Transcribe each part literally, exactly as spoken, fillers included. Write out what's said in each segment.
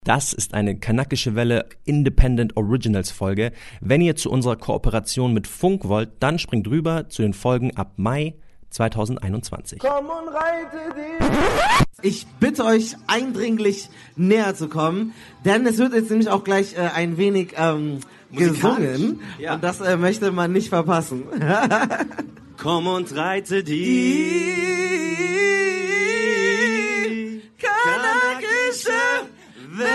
Das ist eine kanakische Welle Independent Originals Folge. Wenn ihr zu unserer Kooperation mit Funk wollt, dann springt rüber zu den Folgen ab Mai zweitausendeinundzwanzig. Komm und reite dich. Ich bitte euch eindringlich näher zu kommen, denn es wird jetzt nämlich auch gleich äh, ein wenig ähm, gesungen ja. Und das äh, möchte man nicht verpassen. Komm und reite die, die kanakische Welle.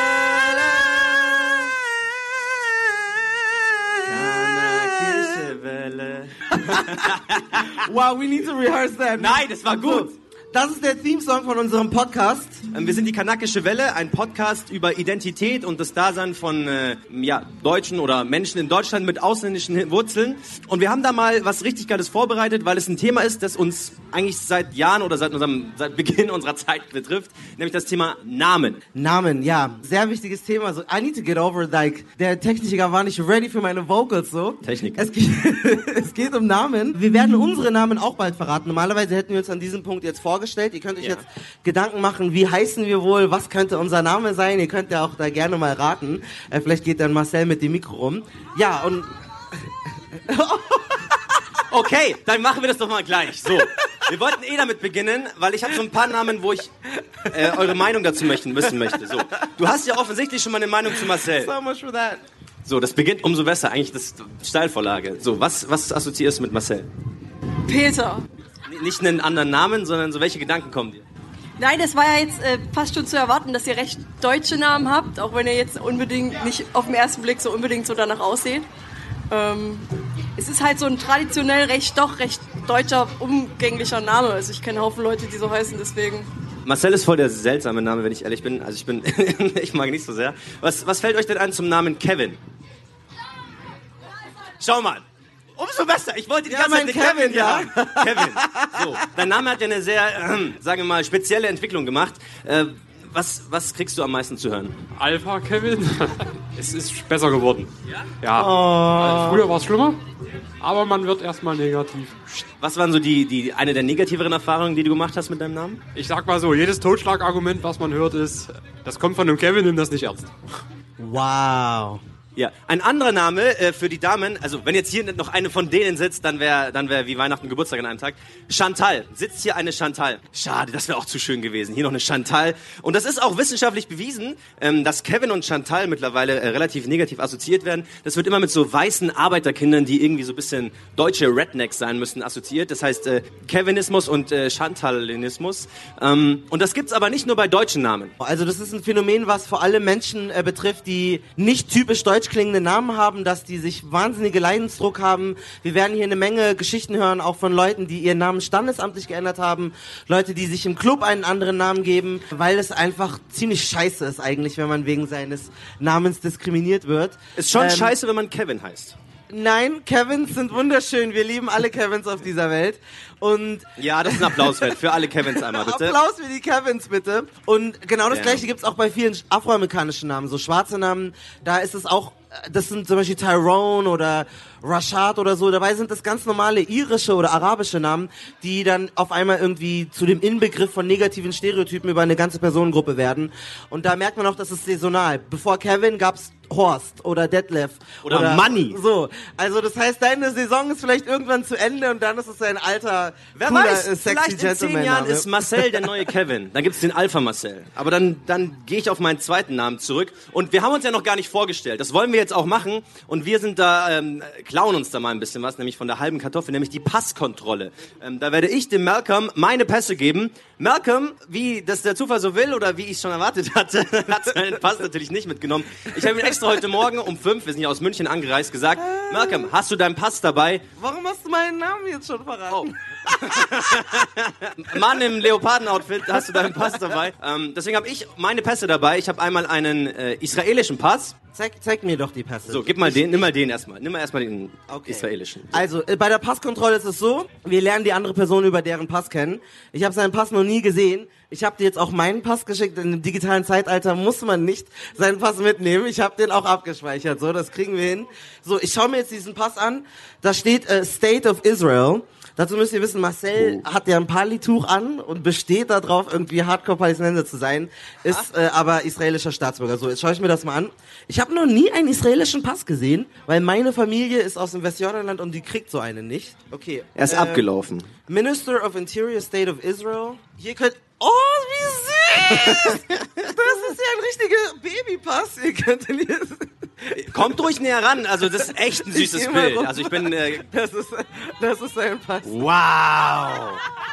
Kanakische Welle. Wow, we need to rehearse that. Nein, das war gut. Das ist der Theme-Song von unserem Podcast. Wir sind die Kanakische Welle, ein Podcast über Identität und das Dasein von äh, ja, Deutschen oder Menschen in Deutschland mit ausländischen Wurzeln. Und wir haben da mal was richtig Geiles vorbereitet, weil es ein Thema ist, das uns eigentlich seit Jahren oder seit unserem seit Beginn unserer Zeit betrifft, nämlich das Thema Namen. Namen, ja, sehr wichtiges Thema. So, I need to get over, like, der Techniker war nicht ready für meine Vocals, so. Techniker. Es geht, es geht um Namen. Wir werden unsere Namen auch bald verraten. Normalerweise hätten wir uns an diesem Punkt jetzt vorgestellt. Ihr könnt euch ja. jetzt Gedanken machen, wie heißen wir wohl, was könnte unser Name sein. Ihr könnt ja auch da gerne mal raten. Äh, vielleicht geht dann Marcel mit dem Mikro rum. Ja, und... Okay, dann machen wir das doch mal gleich. So, wir wollten eh damit beginnen, weil ich habe so ein paar Namen, wo ich äh, eure Meinung dazu möchten, wissen möchte. So, du hast ja offensichtlich schon mal eine Meinung zu Marcel. So much for that. So, das beginnt umso besser. Eigentlich das Steilvorlage. So, was, was assoziierst du mit Marcel? Peter. Nicht einen anderen Namen, sondern so, welche Gedanken kommen dir? Nein, das war ja jetzt äh, fast schon zu erwarten, dass ihr recht deutsche Namen habt, auch wenn ihr jetzt unbedingt nicht auf den ersten Blick so unbedingt so danach ausseht. Ähm, es ist halt so ein traditionell recht, doch recht deutscher, umgänglicher Name. Also ich kenne einen Haufen Leute, die so heißen, deswegen... Marcel ist voll der seltsame Name, wenn ich ehrlich bin. Also ich bin, ich mag ihn nicht so sehr. Was, was fällt euch denn an zum Namen Kevin? Schau mal. Umso besser. Ich wollte die ja, ganze Zeit eine Kevin, Kevin ja. haben. Kevin. So, dein Name hat ja eine sehr, äh, sagen wir mal, spezielle Entwicklung gemacht. Äh, was, was kriegst du am meisten zu hören? Alpha Kevin. Es ist besser geworden. Ja? Ja. Oh. Also früher war es schlimmer, aber man wird erstmal negativ. Was waren so die, die, eine der negativeren Erfahrungen, die du gemacht hast mit deinem Namen? Ich sag mal so, jedes Totschlagargument, was man hört, ist, das kommt von einem Kevin, nimm das nicht ernst. Wow. Ja, ein anderer Name äh, für die Damen, also wenn jetzt hier noch eine von denen sitzt, dann wäre dann wär wie Weihnachten Geburtstag an einem Tag. Chantal, sitzt hier eine Chantal. Schade, das wäre auch zu schön gewesen. Hier noch eine Chantal. Und das ist auch wissenschaftlich bewiesen, ähm, dass Kevin und Chantal mittlerweile äh, relativ negativ assoziiert werden. Das wird immer mit so weißen Arbeiterkindern, die irgendwie so ein bisschen deutsche Rednecks sein müssen, assoziiert. Das heißt äh, Kevinismus und äh, Chantalinismus. Ähm, und das gibt's aber nicht nur bei deutschen Namen. Also das ist ein Phänomen, was vor allem Menschen äh, betrifft, die nicht typisch deutsch klingende Namen haben, dass die sich wahnsinnige Leidensdruck haben. Wir werden hier eine Menge Geschichten hören, auch von Leuten, die ihren Namen standesamtlich geändert haben, Leute, die sich im Club einen anderen Namen geben, weil es einfach ziemlich scheiße ist eigentlich, wenn man wegen seines Namens diskriminiert wird. Ist schon ähm, scheiße, wenn man Kevin heißt. Nein, Kevins sind wunderschön. Wir lieben alle Kevins auf dieser Welt. Und ja, das ist ein Applaus wert. Für alle Kevins einmal, bitte. Applaus für die Kevins, bitte. Und genau das ja. Gleiche gibt's auch bei vielen afroamerikanischen Namen. So schwarze Namen, da ist es auch, das sind zum Beispiel Tyrone oder Rashad oder so. Dabei sind das ganz normale irische oder arabische Namen, die dann auf einmal irgendwie zu dem Inbegriff von negativen Stereotypen über eine ganze Personengruppe werden. Und da merkt man auch, das ist saisonal. Bevor Kevin gab's Horst oder Detlef. Oder, oder Money. So. Also das heißt, deine Saison ist vielleicht irgendwann zu Ende und dann ist es ein alter, wer cooler, weiß, äh, sexy vielleicht in Gentleman. zehn Jahren Name. ist Marcel der neue Kevin. Dann gibt's den Alpha Marcel. Aber dann, dann gehe ich auf meinen zweiten Namen zurück. Und wir haben uns ja noch gar nicht vorgestellt. Das wollen wir jetzt auch machen. Und wir sind da, ähm, klauen uns da mal ein bisschen was, nämlich von der halben Kartoffel, nämlich die Passkontrolle. Ähm, da werde ich dem Malcolm meine Pässe geben. Malcolm, wie das der Zufall so will oder wie ich es schon erwartet hatte, hat seinen Pass natürlich nicht mitgenommen. Ich habe ihn extra heute Morgen um fünf, wir sind ja aus München angereist, gesagt, Malcolm, hast du deinen Pass dabei? Warum hast du meinen Namen jetzt schon verraten? Oh. Mann im Leoparden-Outfit, hast du deinen Pass dabei? Ähm, deswegen habe ich meine Pässe dabei. Ich habe einmal einen äh, israelischen Pass. Zeig, zeig mir doch die Pässe. So, gib mal den, nimm mal den erstmal. Nimm mal erstmal den okay. israelischen. Also, äh, bei der Passkontrolle ist es so, wir lernen die andere Person über deren Pass kennen. Ich habe seinen Pass noch nie gesehen. Ich habe dir jetzt auch meinen Pass geschickt. In dem digitalen Zeitalter muss man nicht seinen Pass mitnehmen. Ich habe den auch abgespeichert. So, das kriegen wir hin. So, ich schaue mir jetzt diesen Pass an. Da steht äh, State of Israel. Dazu müsst ihr wissen, Marcel Oh. hat ja ein Palituch an und besteht darauf, irgendwie Hardcore-Palästinenser zu sein, ist äh, aber israelischer Staatsbürger. So, jetzt schaue ich mir das mal an. Ich habe noch nie einen israelischen Pass gesehen, weil meine Familie ist aus dem Westjordanland und die kriegt so einen nicht. Okay. Er ist äh, abgelaufen. Minister of Interior State of Israel. Hier könnt... Oh, wie süß! Das ist ja ein richtiger Babypass. Ihr könnt ihn hier... Kommt ruhig näher ran, also das ist echt ein süßes Ich geh mal Bild. rum. Also ich bin... Äh, Das ist, das ist sein Pass. wow!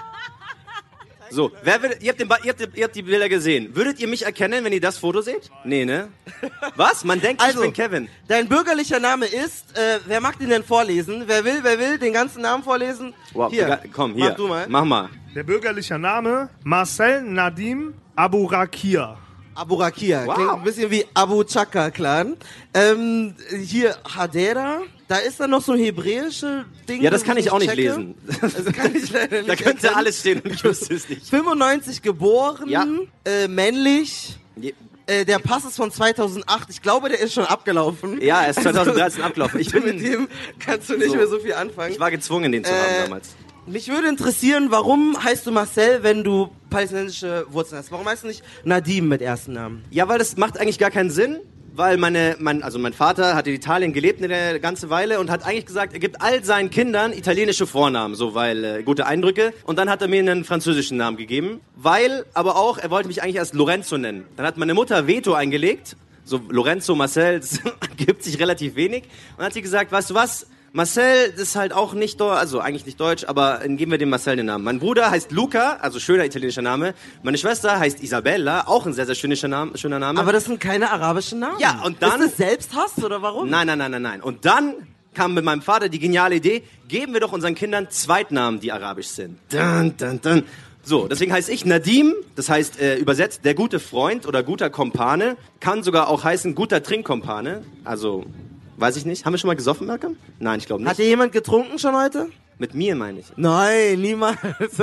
So, wer würdet, ihr, habt den, Ba- ihr, habt, ihr habt die Bilder gesehen. Würdet ihr mich erkennen, wenn ihr das Foto seht? Nee, ne? Was? Man denkt, Also, ich bin Kevin. Dein bürgerlicher Name ist, äh, wer mag den denn vorlesen? Wer will, wer will den ganzen Namen vorlesen? Wow, Hier, ga- komm, hier. Mach du mal. Mach mal. Der bürgerliche Name Marcel Nadim Abu Rakir. Abu Rakir. Wow. Klingt ein bisschen wie Abu Chaka Clan. Ähm, hier Hadera. Da ist dann noch so ein hebräische Ding. Ja, das kann ich auch nicht checke. lesen. Das kann ich leider nicht Da könnte erkennen. alles stehen und ich wüsste es nicht. fünfundneunzig geboren, Ja. äh, männlich. Je- Äh, der Pass ist von zweitausendacht. Ich glaube, der ist schon abgelaufen. Ja, er ist zweitausenddreizehn abgelaufen. Ich Also, mit bin, dem kannst du nicht So. mehr so viel anfangen. ich war gezwungen, den zu Äh, haben damals. Mich würde interessieren, warum heißt du Marcel, wenn du palästinensische Wurzeln hast? Warum heißt du nicht Nadim mit ersten Namen? Ja, weil das macht eigentlich gar keinen Sinn, weil meine, mein, also mein Vater hat in Italien gelebt eine ganze Weile und hat eigentlich gesagt, er gibt all seinen Kindern italienische Vornamen, so weil äh, gute Eindrücke. Und dann hat er mir einen französischen Namen gegeben, weil aber auch, er wollte mich eigentlich erst Lorenzo nennen. Dann hat meine Mutter Veto eingelegt, so Lorenzo, Marcel, das gibt sich relativ wenig. Und dann hat sie gesagt, weißt du was, Marcel, das ist halt auch nicht deutsch, also eigentlich nicht deutsch, aber dann geben wir dem Marcel den Namen. Mein Bruder heißt Luca, also schöner italienischer Name. Meine Schwester heißt Isabella, auch ein sehr, sehr schöner Name. Schöner Name. Aber das sind keine arabischen Namen. Ja, und dann- Ist das Selbsthass oder warum? Nein, nein, nein, nein, nein. Und dann kam mit meinem Vater die geniale Idee, geben wir doch unseren Kindern Zweitnamen, die arabisch sind. Dun, dun, dun. So, deswegen heiße ich Nadim, das heißt äh, übersetzt der gute Freund oder guter Kompane, kann sogar auch heißen guter Trinkkompane, also weiß ich nicht. Haben wir schon mal gesoffen, Malcolm? Nein, ich glaube Hat nicht. hier jemand getrunken schon heute? Mit mir meine ich. Nein, niemals.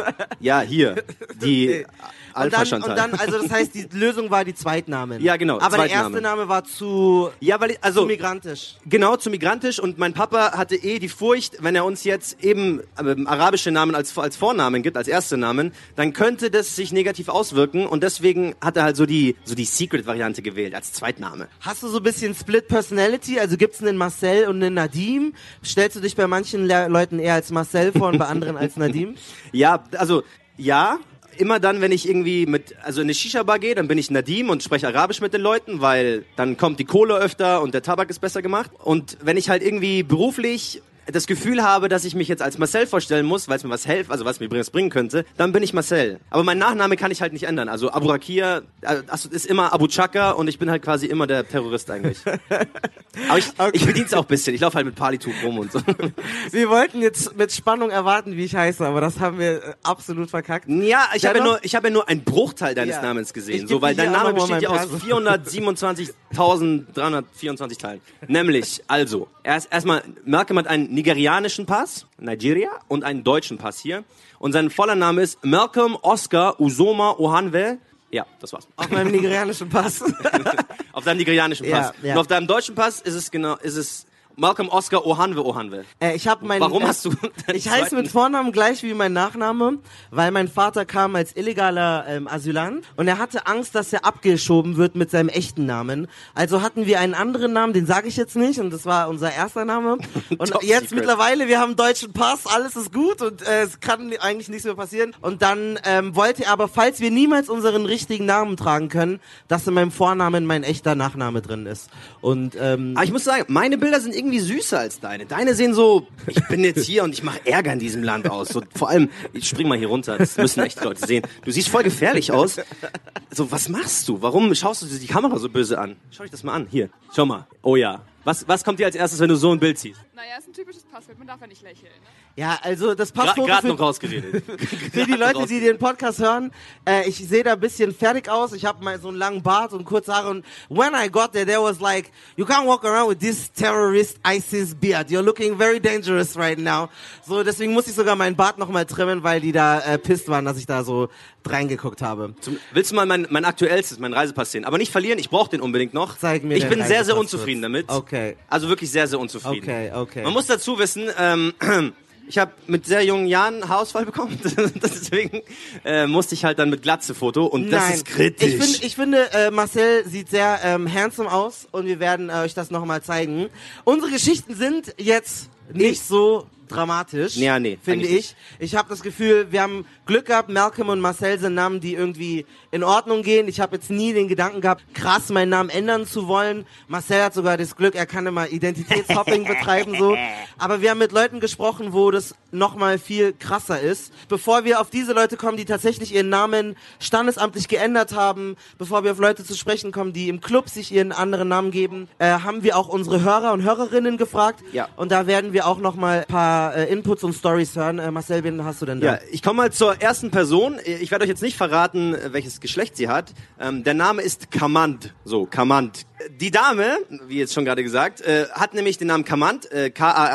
Ja, hier, die Und Alpha dann, Chantal. und dann, also das heißt, die Lösung war die Zweitnamen. Ja, genau, Aber der Zweitname. erste Name war zu, ja, weil ich, also zu migrantisch. Genau, zu migrantisch, und mein Papa hatte eh die Furcht, wenn er uns jetzt eben ähm, arabische Namen als, als Vornamen gibt, als erste Namen, dann könnte das sich negativ auswirken, und deswegen hat er halt so die, so die Secret-Variante gewählt, als Zweitname. Hast du so ein bisschen Split Personality? Also gibt's einen Marcel und einen Nadim? Stellst du dich bei manchen Le Leuten eher als Marcel vor und bei anderen als Nadim? Ja, also, ja, immer dann, wenn ich irgendwie mit, also in eine Shisha-Bar gehe, dann bin ich Nadim und spreche Arabisch mit den Leuten, weil dann kommt die Kohle öfter und der Tabak ist besser gemacht. Und wenn ich halt irgendwie beruflich das Gefühl habe, dass ich mich jetzt als Marcel vorstellen muss, weil es mir was hilft, also was mir was bringen könnte, dann bin ich Marcel. Aber mein Nachname kann ich halt nicht ändern. Also Abu Rakir äh, ist immer Abu Chaka, und ich bin halt quasi immer der Terrorist eigentlich. Aber ich, Okay. ich bediene es auch ein bisschen. Ich laufe halt mit Palituch rum und so. Wir wollten jetzt mit Spannung erwarten, wie ich heiße, aber das haben wir äh, absolut verkackt. Ja, ich habe ja Dennoch- nur, ich habe ja nur einen Bruchteil deines Ja. Namens Ich gesehen, geb so, weil dir dein hier Name auch noch mal besteht ja mein aus Perso. vierhundertsiebenundzwanzigtausenddreihundertvierundzwanzig Teilen. Nämlich, also, erst erstmal, Malcolm hat einen nigerianischen Pass, Nigeria, und einen deutschen Pass hier. Und sein voller Name ist Malcolm Oscar Uzoma Ohanwe. Ja, das war's. Auf meinem nigerianischen Pass. Auf deinem nigerianischen Pass. Ja, ja. Und auf deinem deutschen Pass ist es genau, ist es Malcolm Oscar Ohanwe Ohanwe. Äh, ich habe meinen. Warum äh, hast du deinen Ich heiße zweiten- mit Vornamen gleich wie mein Nachname, weil mein Vater kam als illegaler ähm, Asylant und er hatte Angst, dass er abgeschoben wird mit seinem echten Namen. Also hatten wir einen anderen Namen, den sage ich jetzt nicht, und das war unser erster Name. Und Top jetzt secret. mittlerweile, wir haben einen deutschen Pass, alles ist gut und äh, es kann eigentlich nichts mehr passieren. Und dann ähm, wollte er aber, falls wir niemals unseren richtigen Namen tragen können, dass in meinem Vornamen mein echter Nachname drin ist. Und ähm, Aber ich muss sagen, meine Bilder sind irgendwie süßer als deine. Deine sehen so, ich bin jetzt hier und ich mache Ärger in diesem Land aus. So, vor allem, ich spring mal hier runter, das müssen echt Leute sehen. Du siehst voll gefährlich aus. So, was machst du? Warum schaust du dir die Kamera so böse an? Schau dich das mal an. Hier, schau mal. Oh ja. Was, was kommt dir als erstes, wenn du so ein Bild siehst? Naja, ist ein typisches Passwort, man darf ja nicht lächeln. Ne? ja, also das Gra Passfoto Gerade für, noch rausgeredet. für die Leute, die den Podcast hören, äh, ich sehe da ein bisschen fertig aus. Ich habe mal so einen langen Bart und kurze Haare. Und when I got there, there was like, you can't walk around with this terrorist ISIS beard. You're looking very dangerous right now. So, deswegen muss ich sogar meinen Bart nochmal trimmen, weil die da äh, pisst waren, dass ich da so reingeguckt habe. Zum, willst du mal mein, mein aktuellstes, mein Reisepass sehen? Aber nicht verlieren, ich brauche den unbedingt noch. Zeig mir ich den bin sehr, sehr Reisepass unzufrieden kurz. damit. Okay. Also wirklich sehr, sehr unzufrieden. Okay, okay. Man muss dazu wissen, ähm, Ich habe mit sehr jungen Jahren Haarausfall bekommen, deswegen äh, musste ich halt dann mit Glatze-Foto und das Nein. ist kritisch. Ich, find, ich finde, äh, Marcel sieht sehr ähm, handsome aus und wir werden äh, euch das nochmal zeigen. Unsere Geschichten sind jetzt nicht so dramatisch, ja, nee, finde ich. Ich habe das Gefühl, wir haben Glück gehabt, Malcolm und Marcel sind Namen, die irgendwie in Ordnung gehen. Ich habe jetzt nie den Gedanken gehabt, krass meinen Namen ändern zu wollen. Marcel hat sogar das Glück, er kann immer Identitätshopping betreiben, so. Aber wir haben mit Leuten gesprochen, wo das nochmal viel krasser ist. Bevor wir auf diese Leute kommen, die tatsächlich ihren Namen standesamtlich geändert haben, bevor wir auf Leute zu sprechen kommen, die im Club sich ihren anderen Namen geben, äh, haben wir auch unsere Hörer und Hörerinnen gefragt. Ja. Und da werden wir auch nochmal ein paar äh, Inputs und Stories hören. Äh, Marcel, wen hast du denn da? Ja, ich komme mal zur ersten Person. Ich werde euch jetzt nicht verraten, welches Geschlecht sie hat. Ähm, der Name ist Kamand. So, Kamand. Die Dame, wie jetzt schon gerade gesagt, äh, hat nämlich den Namen Kamand, äh, K A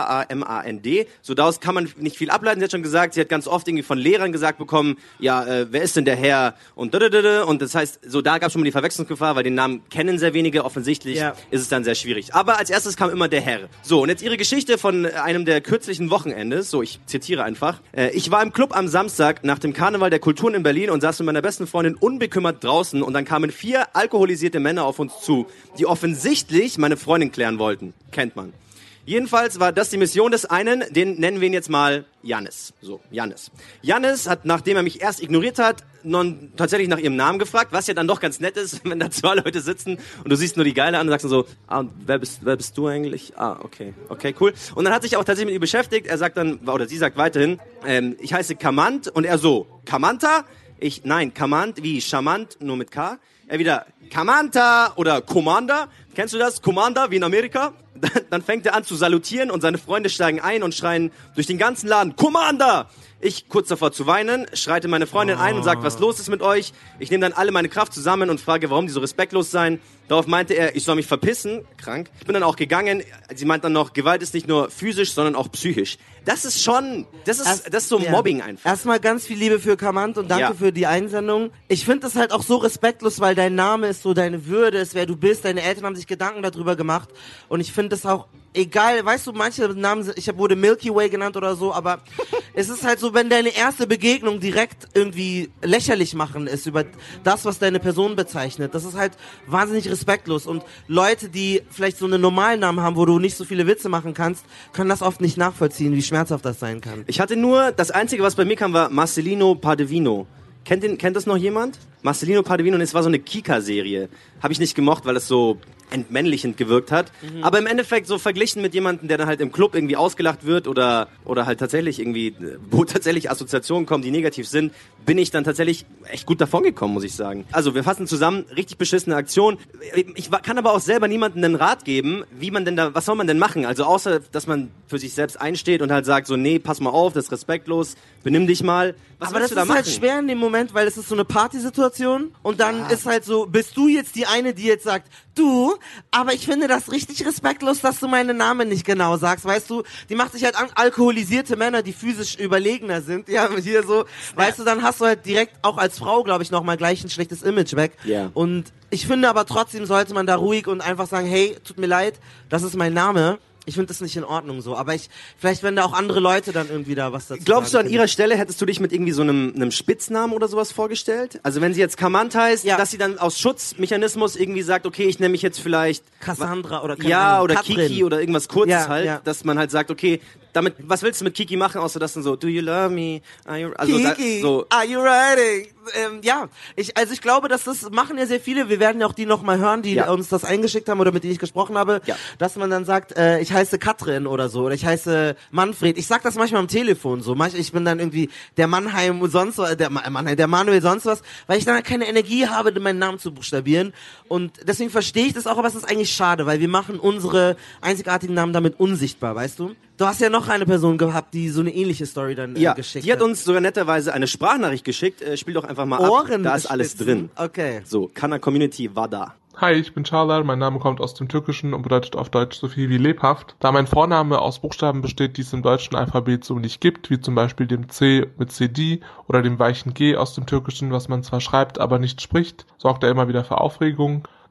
M A N D. So, daraus kann man nicht viel ableiten. Sie hat schon gesagt, sie hat ganz oft irgendwie von Lehrern gesagt bekommen, ja, äh, wer ist denn der Herr? Und dödödödö. Und das heißt, so da gab es schon mal die Verwechslungsgefahr, weil den Namen kennen sehr wenige. Offensichtlich ja. ist es dann sehr schwierig. Aber als erstes kam immer der Herr. So, und jetzt ihre Geschichte von einem der kürzlichen Wochenendes. So, ich zitiere einfach. Äh, ich war im Club am Samstag nach dem Karneval der Kulturen in Berlin und saß mit meiner besten Freundin unbekümmert draußen und dann kamen vier alkoholisierte Männer auf uns zu, die offensichtlich meine Freundin klären wollten. Kennt man. Jedenfalls war das die Mission des einen, den nennen wir ihn jetzt mal Jannis. So, Jannis. Jannis hat, nachdem er mich erst ignoriert hat, nun tatsächlich nach ihrem Namen gefragt, was ja dann doch ganz nett ist, wenn da zwei Leute sitzen und du siehst nur die Geile an und sagst dann so, ah, wer bist, wer bist du eigentlich? Ah, okay, okay, cool. Und dann hat sich auch tatsächlich mit ihr beschäftigt. Er sagt dann, oder sie sagt weiterhin, ähm, ich heiße Kamant und er so, Kamanta? Ich, nein, Kamant wie charmant, nur mit K. Er wieder, Kamanta oder Commander. Kennst du das? Commander, wie in Amerika? Dann, dann fängt er an zu salutieren und seine Freunde steigen ein und schreien durch den ganzen Laden, Commander! Ich, kurz davor zu weinen, schreite meine Freundin ein und sagt, was los ist mit euch? Ich nehme dann alle meine Kraft zusammen und frage, warum die so respektlos seien. Darauf meinte er, ich soll mich verpissen. Krank. Ich bin dann auch gegangen. Sie meint dann noch, Gewalt ist nicht nur physisch, sondern auch psychisch. Das ist schon, das ist, Erst, das ist so ja. Mobbing einfach. Erstmal ganz viel Liebe für Kamant und danke Ja. für die Einsendung. Ich finde das halt auch so respektlos, weil dein Name ist so, deine Würde ist, wer du bist. Deine Eltern haben sich Gedanken darüber gemacht. Und ich finde das auch egal, weißt du, manche Namen sind, ich wurde Milky Way genannt oder so, aber es ist halt so, wenn deine erste Begegnung direkt irgendwie lächerlich machen ist über das, was deine Person bezeichnet, das ist halt wahnsinnig respektlos und Leute, die vielleicht so einen normalen Namen haben, wo du nicht so viele Witze machen kannst, können das oft nicht nachvollziehen, wie schmerzhaft das sein kann. Ich hatte nur, das Einzige, was bei mir kam, war Marcelino Padevino. Kennt, den, kennt das noch jemand? Marcelino Padevino, und es war so eine Kika-Serie. Habe ich nicht gemocht, weil es so entmännlichend gewirkt hat. Mhm. Aber im Endeffekt so verglichen mit jemandem, der dann halt im Club irgendwie ausgelacht wird oder oder halt tatsächlich irgendwie, wo tatsächlich Assoziationen kommen, die negativ sind, bin ich dann tatsächlich echt gut davon gekommen, muss ich sagen. Also wir fassen zusammen, richtig beschissene Aktion. Ich kann aber auch selber niemandem einen Rat geben, wie man denn da, was soll man denn machen? Also außer, dass man für sich selbst einsteht und halt sagt so, nee, pass mal auf, das ist respektlos, benimm dich mal. Was aber das willst du da ist machen? halt schwer in dem Moment, weil es ist so eine Partysituation und dann Ja. ist halt so, bist du jetzt die eine, die jetzt sagt, du, aber ich finde das richtig respektlos, dass du meinen Namen nicht genau sagst, weißt du, die macht sich halt an alkoholisierte Männer, die physisch überlegener sind, ja, hier so, weißt du, dann hast du halt direkt auch als Frau, glaube ich, nochmal gleich ein schlechtes Image weg. Ja. Und ich finde aber trotzdem sollte man da ruhig und einfach sagen, hey, tut mir leid, das ist mein Name. Ich finde das nicht in Ordnung so, aber ich, vielleicht wenn da auch andere Leute dann irgendwie da was dazu Glaubst du, sagen, an ihrer Stelle hättest du dich mit irgendwie so einem, einem Spitznamen oder sowas vorgestellt? Also wenn sie jetzt Kamant heißt, Ja. dass sie dann aus Schutzmechanismus irgendwie sagt, okay, ich nenne mich jetzt vielleicht Cassandra oder keine ja Ahnung, oder Katrin. Kiki oder irgendwas Kurzes Ja, halt, ja. dass man halt sagt, okay, damit, was willst du mit Kiki machen, außer das dann so, do you love me? Are you, also da, Kiki, so, are you riding? Ähm, ja, ich, also ich glaube, dass das machen ja sehr viele. Wir werden ja auch die noch mal hören, die Ja. uns das eingeschickt haben oder mit denen ich gesprochen habe, Ja. dass man dann sagt, äh, ich heiße Katrin oder so oder ich heiße Manfred. Ich sag das manchmal am Telefon so. Manch, ich bin dann irgendwie der Mannheim und sonst was, der Mannheim, der Manuel sonst was, weil ich dann halt keine Energie habe, meinen Namen zu buchstabieren. Und deswegen verstehe ich das auch, aber es ist eigentlich schade, weil wir machen unsere einzigartigen Namen damit unsichtbar, weißt du? Du hast ja noch eine Person gehabt, die so eine ähnliche Story dann äh, ja, geschickt die hat uns sogar netterweise eine Sprachnachricht geschickt. Äh, spiel doch einfach mal ab. Ohren Da ist alles drin. Okay. So, Kana Community war da. Hi, ich bin Çağlar, mein Name kommt aus dem Türkischen und bedeutet auf Deutsch so viel wie lebhaft. Da mein Vorname aus Buchstaben besteht, die es im deutschen Alphabet so nicht gibt, wie zum Beispiel dem C mit C D oder dem weichen G aus dem Türkischen, was man zwar schreibt, aber nicht spricht, sorgt er immer wieder für Aufregung.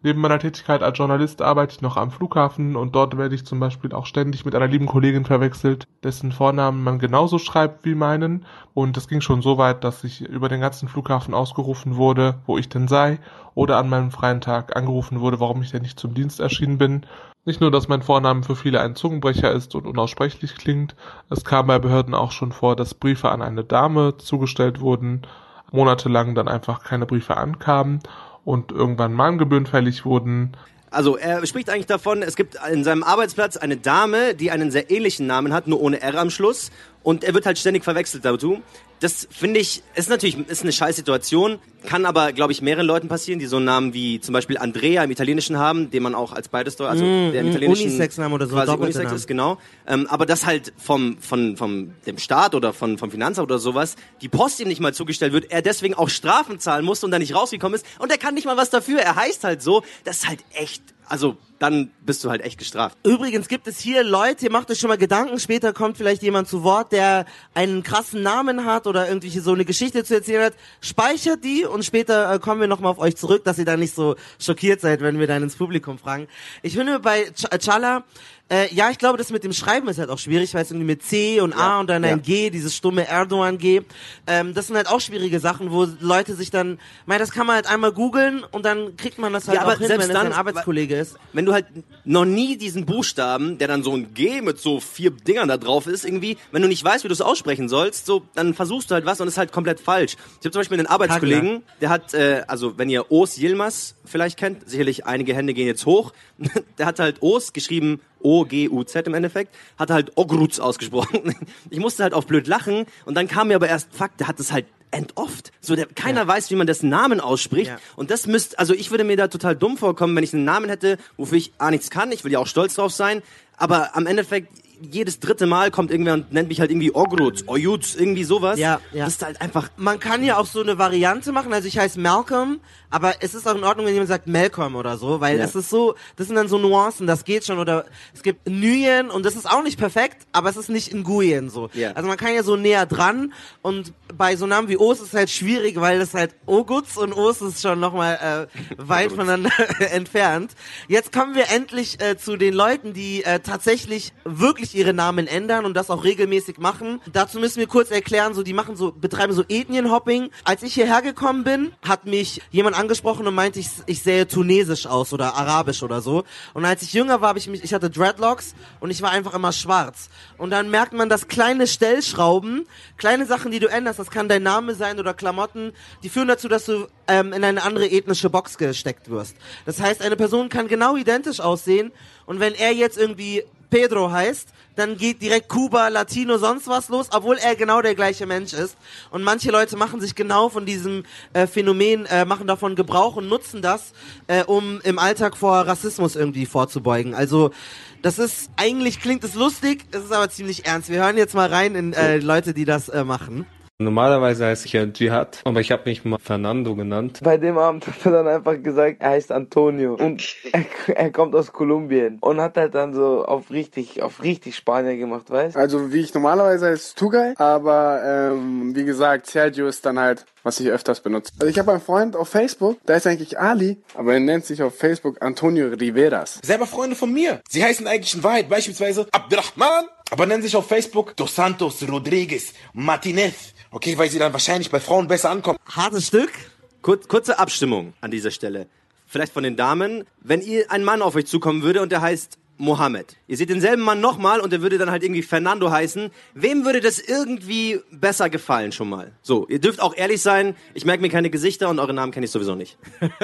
Neben meiner Tätigkeit als Journalist arbeite ich noch am Flughafen und dort werde ich zum Beispiel auch ständig mit einer lieben Kollegin verwechselt, dessen Vornamen man genauso schreibt wie meinen. Und es ging schon so weit, dass ich über den ganzen Flughafen ausgerufen wurde, wo ich denn sei, oder an meinem freien Tag angerufen wurde, warum ich denn nicht zum Dienst erschienen bin. Nicht nur, dass mein Vorname für viele ein Zungenbrecher ist und unaussprechlich klingt, es kam bei Behörden auch schon vor, dass Briefe an eine Dame zugestellt wurden, monatelang dann einfach keine Briefe ankamen und irgendwann Mahngebühren fällig wurden. Also er spricht eigentlich davon, es gibt in seinem Arbeitsplatz eine Dame, die einen sehr ähnlichen Namen hat, nur ohne R am Schluss. Und er wird halt ständig verwechselt dazu. Das finde ich, ist natürlich ist eine scheiß Situation, kann aber, glaube ich, mehreren Leuten passieren, die so einen Namen wie zum Beispiel Andrea im Italienischen haben, den man auch als beides, also mm, der im Italienischen Unisex-Name oder so, quasi Unisex ist, genau. Ähm, aber das halt vom von vom dem Staat oder von vom Finanzamt oder sowas, die Post ihm nicht mal zugestellt wird, er deswegen auch Strafen zahlen muss und dann nicht rausgekommen ist und er kann nicht mal was dafür, er heißt halt so, das ist halt echt, also dann bist du halt echt gestraft. Übrigens gibt es hier Leute, ihr macht euch schon mal Gedanken, später kommt vielleicht jemand zu Wort, der einen krassen Namen hat oder irgendwie so eine Geschichte zu erzählen hat. Speichert die und später äh, kommen wir nochmal auf euch zurück, dass ihr da nicht so schockiert seid, wenn wir dann ins Publikum fragen. Ich finde bei Ch- Chala, äh, ja, ich glaube, das mit dem Schreiben ist halt auch schwierig, weil es irgendwie mit C und A ja, und dann ein ja. G, dieses stumme Erdogan-G, ähm, das sind halt auch schwierige Sachen, wo Leute sich dann, mein, das kann man halt einmal googeln und dann kriegt man das halt ja, auch hin, wenn es dann, ein Arbeitskollege ist. Wenn du halt noch nie diesen Buchstaben, der dann so ein G mit so vier Dingern da drauf ist, irgendwie, wenn du nicht weißt, wie du es aussprechen sollst, so, dann versuchst du halt was und es ist halt komplett falsch. Ich habe zum Beispiel einen Arbeitskollegen, der hat, äh, also wenn ihr Os Yilmaz vielleicht kennt, sicherlich einige Hände gehen jetzt hoch, der hat halt Os geschrieben, O G U Z im Endeffekt, hat halt Ogruz ausgesprochen. Ich musste halt auf blöd lachen und dann kam mir aber erst, fuck, der hat das halt entoft. So, der, keiner ja. weiß, wie man dessen Namen ausspricht. Ja. Und das müsste, also ich würde mir da total dumm vorkommen, wenn ich einen Namen hätte, wofür ich A, nichts kann. Ich will ja auch stolz drauf sein. Aber am Endeffekt, jedes dritte Mal kommt irgendwer und nennt mich halt irgendwie Ogruz, Oyuz, irgendwie sowas. Ja, ja. Das ist halt einfach... Man kann ja auch so eine Variante machen, also ich heiße Malcolm, aber es ist auch in Ordnung, wenn jemand sagt Malcolm oder so, weil ja. es ist so, das sind dann so Nuancen, das geht schon, oder es gibt Nguyen und das ist auch nicht perfekt, aber es ist nicht Nguyen so. Ja. Also man kann ja so näher dran und bei so Namen wie Os ist es halt schwierig, weil das halt Oguz und Os ist schon nochmal äh, weit voneinander entfernt. Jetzt kommen wir endlich äh, zu den Leuten, die äh, tatsächlich wirklich ihre Namen ändern und das auch regelmäßig machen. Dazu müssen wir kurz erklären, so die machen so, betreiben so Ethnienhopping. Als ich hierher gekommen bin, hat mich jemand angesprochen und meinte, ich, ich sähe tunesisch aus oder arabisch oder so. Und als ich jünger war, habe ich mich, ich hatte Dreadlocks und ich war einfach immer schwarz. Und dann merkt man, dass kleine Stellschrauben, kleine Sachen, die du änderst, das kann dein Name sein oder Klamotten, die führen dazu, dass du ähm, in eine andere ethnische Box gesteckt wirst. Das heißt, eine Person kann genau identisch aussehen und wenn er jetzt irgendwie Pedro heißt, dann geht direkt Kuba, Latino, sonst was los, obwohl er genau der gleiche Mensch ist. Und manche Leute machen sich genau von diesem äh, Phänomen, äh, machen davon Gebrauch und nutzen das, äh, um im Alltag vor Rassismus irgendwie vorzubeugen. Also das ist, eigentlich klingt es lustig, es ist aber ziemlich ernst. Wir hören jetzt mal rein in äh, Leute, die das äh, machen. Normalerweise heiße ich ja Dschihad, aber ich habe mich mal Fernando genannt. Bei dem Abend hat er dann einfach gesagt, er heißt Antonio und er, er kommt aus Kolumbien und hat halt dann so auf richtig, auf richtig Spanier gemacht, weißt? Also wie ich normalerweise heiße Tugay, aber ähm, wie gesagt, Sergio ist dann halt, was ich öfters benutze. Also ich habe einen Freund auf Facebook, der ist eigentlich Ali, aber er nennt sich auf Facebook Antonio Riveras. Selber Freunde von mir. Sie heißen eigentlich in Wahrheit beispielsweise Abdurrahman, aber nennen sich auf Facebook Dos Santos Rodriguez Martinez. Okay, weil sie dann wahrscheinlich bei Frauen besser ankommen. Hartes Stück. Kur- kurze Abstimmung an dieser Stelle. Vielleicht von den Damen. Wenn ihr ein Mann auf euch zukommen würde und der heißt Mohammed. Ihr seht denselben Mann nochmal und der würde dann halt irgendwie Fernando heißen. Wem würde das irgendwie besser gefallen schon mal? So, ihr dürft auch ehrlich sein. Ich merke mir keine Gesichter und eure Namen kenne ich sowieso nicht.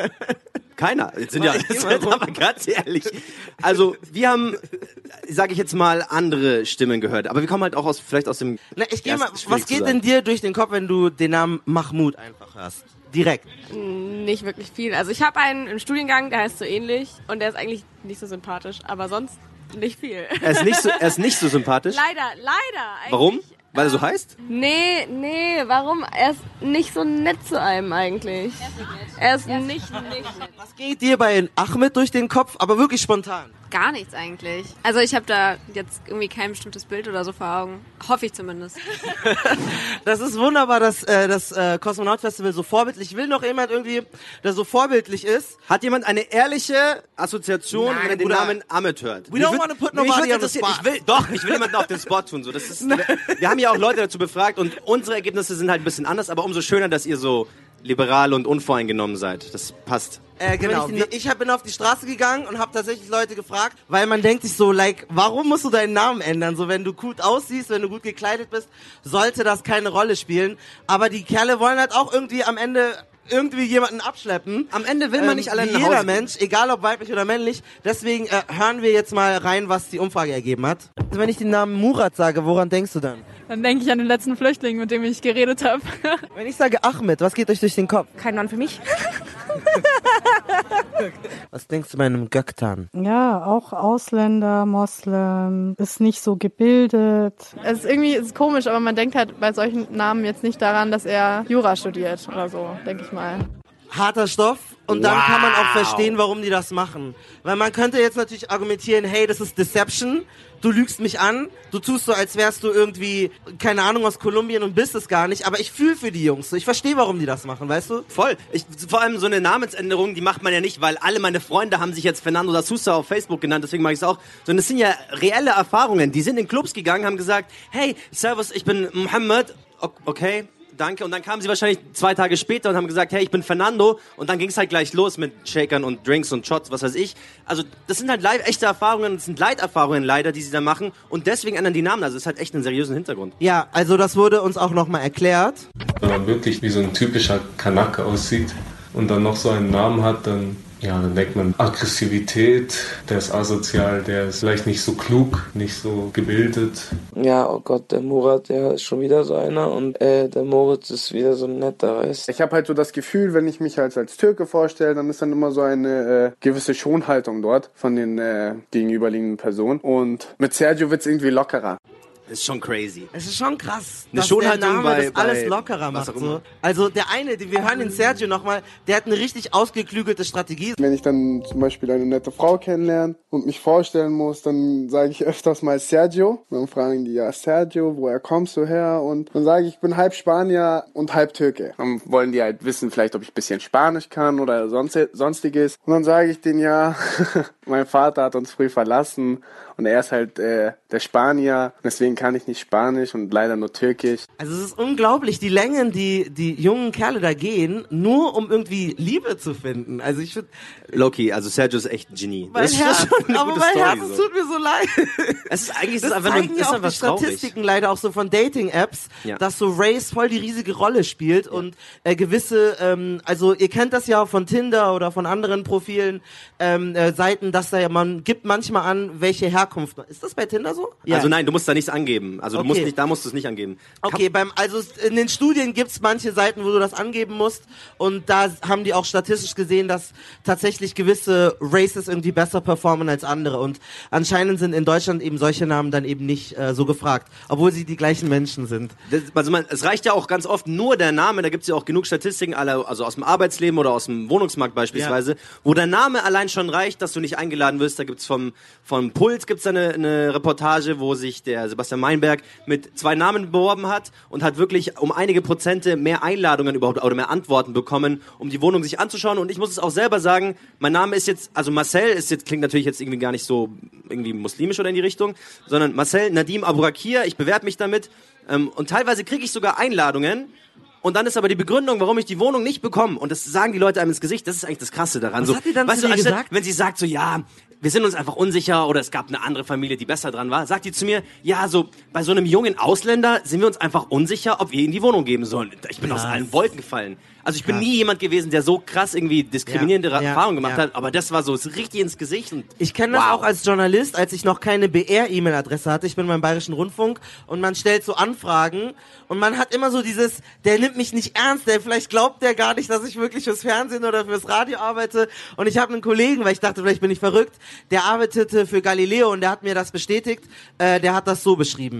Keiner. Jetzt sind ja, jetzt aber ganz ehrlich. Also, wir haben, sage ich jetzt mal, andere Stimmen gehört. Aber wir kommen halt auch aus, vielleicht aus dem... Na, ich geh mal, was geht denn dir durch den Kopf, wenn du den Namen Mahmoud einfach hörst? Direkt. Nicht wirklich viel. Also ich habe einen im Studiengang, der heißt so ähnlich und der ist eigentlich nicht so sympathisch, aber sonst nicht viel. Er ist nicht so, er ist nicht so sympathisch? Leider, leider. Eigentlich. Warum? Weil er so heißt? Nee, nee, warum? Er ist nicht so nett zu einem eigentlich. Er ist nicht nett. Was geht dir bei Ahmed durch den Kopf, aber wirklich spontan? Gar nichts eigentlich. Also ich habe da jetzt irgendwie kein bestimmtes Bild oder so vor Augen. Hoffe ich zumindest. Das ist wunderbar, dass äh, das äh, Kosmonaut Festival so vorbildlich. Will noch jemand irgendwie, der so vorbildlich ist? Hat jemand eine ehrliche Assoziation, Nein, wenn er den Bruder. Namen Ahmed hört? We don't want to put nobody on the spot. Ich will, doch, ich will jemanden auf den Spot tun. So, das ist, wir, wir haben ja auch Leute dazu befragt und unsere Ergebnisse sind halt ein bisschen anders, aber umso schöner, dass ihr so liberal und unvoreingenommen seid. Das passt. Äh, genau. Ich, ich hab, bin auf die Straße gegangen und habe tatsächlich Leute gefragt, weil man denkt sich so, like, warum musst du deinen Namen ändern? So, wenn du gut aussiehst, wenn du gut gekleidet bist, sollte das keine Rolle spielen. Aber die Kerle wollen halt auch irgendwie am Ende irgendwie jemanden abschleppen. Am Ende will man ähm, nicht allein wie nach Hause jeder gehen. Mensch, egal ob weiblich oder männlich. Deswegen äh, hören wir jetzt mal rein, was die Umfrage ergeben hat. Also wenn ich den Namen Murat sage, woran denkst du dann? Dann denke ich an den letzten Flüchtling, mit dem ich geredet habe. Wenn ich sage Ahmed, was geht euch durch den Kopf? Kein Mann für mich. Was denkst du bei einem Göktan? Ja, auch Ausländer, Moslem, ist nicht so gebildet. Es ist irgendwie es ist komisch, aber man denkt halt bei solchen Namen jetzt nicht daran, dass er Jura studiert oder so, denke ich mal. Harter Stoff und dann Wow. kann man auch verstehen, warum die das machen. Weil man könnte jetzt natürlich argumentieren, hey, das ist Deception, du lügst mich an, du tust so, als wärst du irgendwie, keine Ahnung, aus Kolumbien und bist es gar nicht, aber ich fühle für die Jungs, so. Ich verstehe, warum die das machen, weißt du? Voll. Ich, vor allem so eine Namensänderung, die macht man ja nicht, weil alle meine Freunde haben sich jetzt Fernando da Sousa auf Facebook genannt, deswegen mache ich es auch. Sondern es sind ja reelle Erfahrungen. Die sind in Clubs gegangen, haben gesagt, hey, servus, ich bin Mohammed, okay, danke. Und dann kamen sie wahrscheinlich zwei Tage später und haben gesagt, hey, ich bin Fernando. Und dann ging es halt gleich los mit Shakern und Drinks und Shots, was weiß ich. Also das sind halt live echte Erfahrungen, das sind Leiterfahrungen leider, die sie da machen. Und deswegen ändern die Namen. Also es hat echt einen seriösen Hintergrund. Ja, also das wurde uns auch nochmal erklärt. Wenn man wirklich wie so ein typischer Kanak aussieht und dann noch so einen Namen hat, dann, ja, dann denkt man Aggressivität, der ist asozial, der ist vielleicht nicht so klug, nicht so gebildet. Ja, oh Gott, der Murat, der ist schon wieder so einer und äh, der Moritz ist wieder so ein netter, weißt du. Ich habe halt so das Gefühl, wenn ich mich halt als Türke vorstelle, dann ist dann immer so eine äh, gewisse Schonhaltung dort von den äh, gegenüberliegenden Personen. Und mit Sergio wird's irgendwie lockerer. Das ist schon crazy. Es ist schon krass, Eine dass Schonhaltung der Name bei- das alles bei lockerer was macht. auch immer. So. Also der eine, den wir hören den Sergio nochmal, der hat eine richtig ausgeklügelte Strategie. Wenn ich dann zum Beispiel eine nette Frau kennenlerne und mich vorstellen muss, dann sage ich öfters mal Sergio. Und dann fragen die, ja Sergio, woher kommst du her? Und dann sage ich, ich bin halb Spanier und halb Türke. Dann wollen die halt wissen, vielleicht ob ich ein bisschen Spanisch kann oder sonst, sonstiges. Und dann sage ich denen, ja, mein Vater hat uns früh verlassen und er ist halt äh, der Spanier. Deswegen kann ich nicht Spanisch und leider nur Türkisch. Also es ist unglaublich, die Längen, die die jungen Kerle da gehen, nur um irgendwie Liebe zu finden. Also ich finde, Loki, also Sergio ist echt ein Genie. mein das ist Herz, schon eine aber gute mein Story, Herz, es so. tut mir so leid. Es ist eigentlich ist Das es einfach nur zeigen ist ja auch einfach die traurig. Statistiken leider auch so von Dating-Apps, Ja. dass so Race voll die riesige Rolle spielt und äh, gewisse, ähm, also ihr kennt das ja auch von Tinder oder von anderen Profilen, ähm, äh, Seiten, dass da ja, man gibt manchmal an, welche Herkunft man, ist das bei Tinder so? Also nein, du musst da nichts angeben. Also du Okay. musst nicht, da musst du es nicht angeben. Okay, beim, also in den Studien gibt's manche Seiten, wo du das angeben musst und da haben die auch statistisch gesehen, dass tatsächlich gewisse Races irgendwie besser performen als andere und anscheinend sind in Deutschland eben solche Namen dann eben nicht äh, so gefragt, obwohl sie die gleichen Menschen sind. Das, also man, es reicht ja auch ganz oft nur der Name, da gibt's ja auch genug Statistiken, alle, also aus dem Arbeitsleben oder aus dem Wohnungsmarkt beispielsweise, wo der Name allein schon reicht, dass du nicht eingeladen wirst. Da gibt's vom, vom Puls gibt's da eine, eine Reportage, wo sich der Sebastian Meinberg mit zwei Namen beworben hat und hat wirklich um einige Prozente mehr Einladungen überhaupt oder mehr Antworten bekommen, um die Wohnung sich anzuschauen. Und ich muss es auch selber sagen, mein Name ist jetzt, also Marcel ist jetzt, klingt natürlich jetzt irgendwie gar nicht so irgendwie muslimisch oder in die Richtung, sondern Marcel Nadim Abourakir, ich bewerbe mich damit ähm, und teilweise kriege ich sogar Einladungen. Und dann ist aber die Begründung, warum ich die Wohnung nicht bekomme. Und das sagen die Leute einem ins Gesicht. Das ist eigentlich das Krasse daran. Was so, hat die dann weißt zu du, dir anstatt- gesagt? Wenn sie sagt so, ja, wir sind uns einfach unsicher oder es gab eine andere Familie, die besser dran war, sagt die zu mir, ja, so bei so einem jungen Ausländer sind wir uns einfach unsicher, ob wir ihnen die Wohnung geben sollen. Ich bin aus allen Wolken gefallen. Also ich bin Krass. nie jemand gewesen, der so krass irgendwie diskriminierende Ja, ja, Erfahrungen gemacht ja. hat, aber das war so so richtig ins Gesicht. Und Ich kenne das wow. auch als Journalist, als ich noch keine B R-E-Mail-Adresse hatte. Ich bin beim Bayerischen Rundfunk und man stellt so Anfragen und man hat immer so dieses, der nimmt mich nicht ernst, der vielleicht glaubt der gar nicht, dass ich wirklich fürs Fernsehen oder fürs Radio arbeite. Und ich habe einen Kollegen, weil ich dachte, vielleicht bin ich verrückt, der arbeitete für Galileo und der hat mir das bestätigt. Äh, der hat das so beschrieben.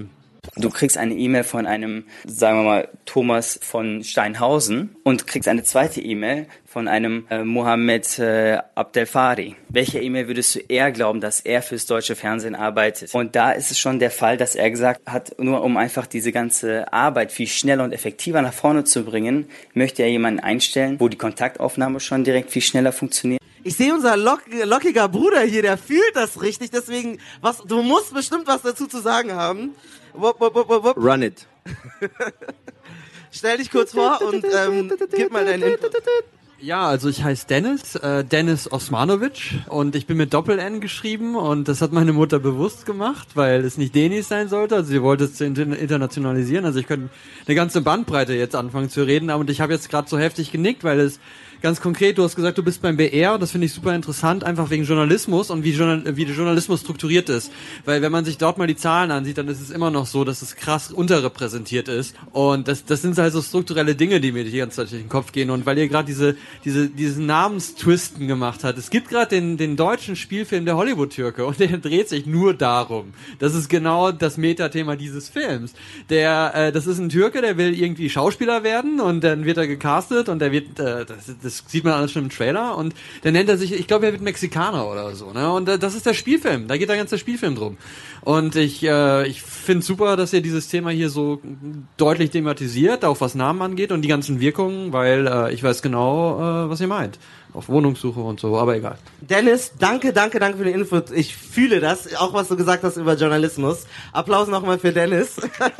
Du kriegst eine E-Mail von einem, sagen wir mal, Thomas von Steinhausen und kriegst eine zweite E-Mail von einem äh, Mohammed äh, Abdelfari. Welcher E-Mail würdest du eher glauben, dass er fürs deutsche Fernsehen arbeitet? Und da ist es schon der Fall, dass er gesagt hat, nur um einfach diese ganze Arbeit viel schneller und effektiver nach vorne zu bringen, möchte er jemanden einstellen, wo die Kontaktaufnahme schon direkt viel schneller funktioniert. Ich sehe unser lock, lockiger Bruder hier, der fühlt das richtig, deswegen, was, du musst bestimmt was dazu zu sagen haben. Wupp, wupp, wupp, wupp. Run it. Stell dich kurz vor und ähm, gib mal deinen Input. Ja, also ich heiße Dennis, äh, Dennis Osmanovic und ich bin mit Doppel-N geschrieben und das hat meine Mutter bewusst gemacht, weil es nicht Denis sein sollte, also sie wollte es internationalisieren, also ich könnte eine ganze Bandbreite jetzt anfangen zu reden, aber ich habe jetzt gerade so heftig genickt, weil es ganz konkret, du hast gesagt, du bist beim B R, das finde ich super interessant, einfach wegen Journalismus und wie, Journal- wie der Journalismus strukturiert ist. Weil wenn man sich dort mal die Zahlen ansieht, dann ist es immer noch so, dass es krass unterrepräsentiert ist. Und das, das sind halt so strukturelle Dinge, die mir die ganze Zeit durch den Kopf gehen. Und weil ihr gerade diese, diese, diesen Namenstwisten gemacht habt. Es gibt gerade den, den deutschen Spielfilm Der Hollywood-Türke und der dreht sich nur darum. Das ist genau das Metathema dieses Films. Der, äh, das ist ein Türke, der will irgendwie Schauspieler werden und dann wird er gecastet und der wird, äh, das, das Das sieht man alles schon im Trailer und dann nennt er sich, ich glaube, er wird Mexikaner oder so, ne? Und das ist der Spielfilm, da geht der ganze Spielfilm drum. Und ich äh, ich finde super, dass ihr dieses Thema hier so deutlich thematisiert, auch was Namen angeht und die ganzen Wirkungen, weil äh, ich weiß genau, äh, was ihr meint. Auf Wohnungssuche und so, aber egal. Dennis, danke, danke, danke für den Input. Ich fühle das, auch was du gesagt hast über Journalismus. Applaus nochmal für Dennis.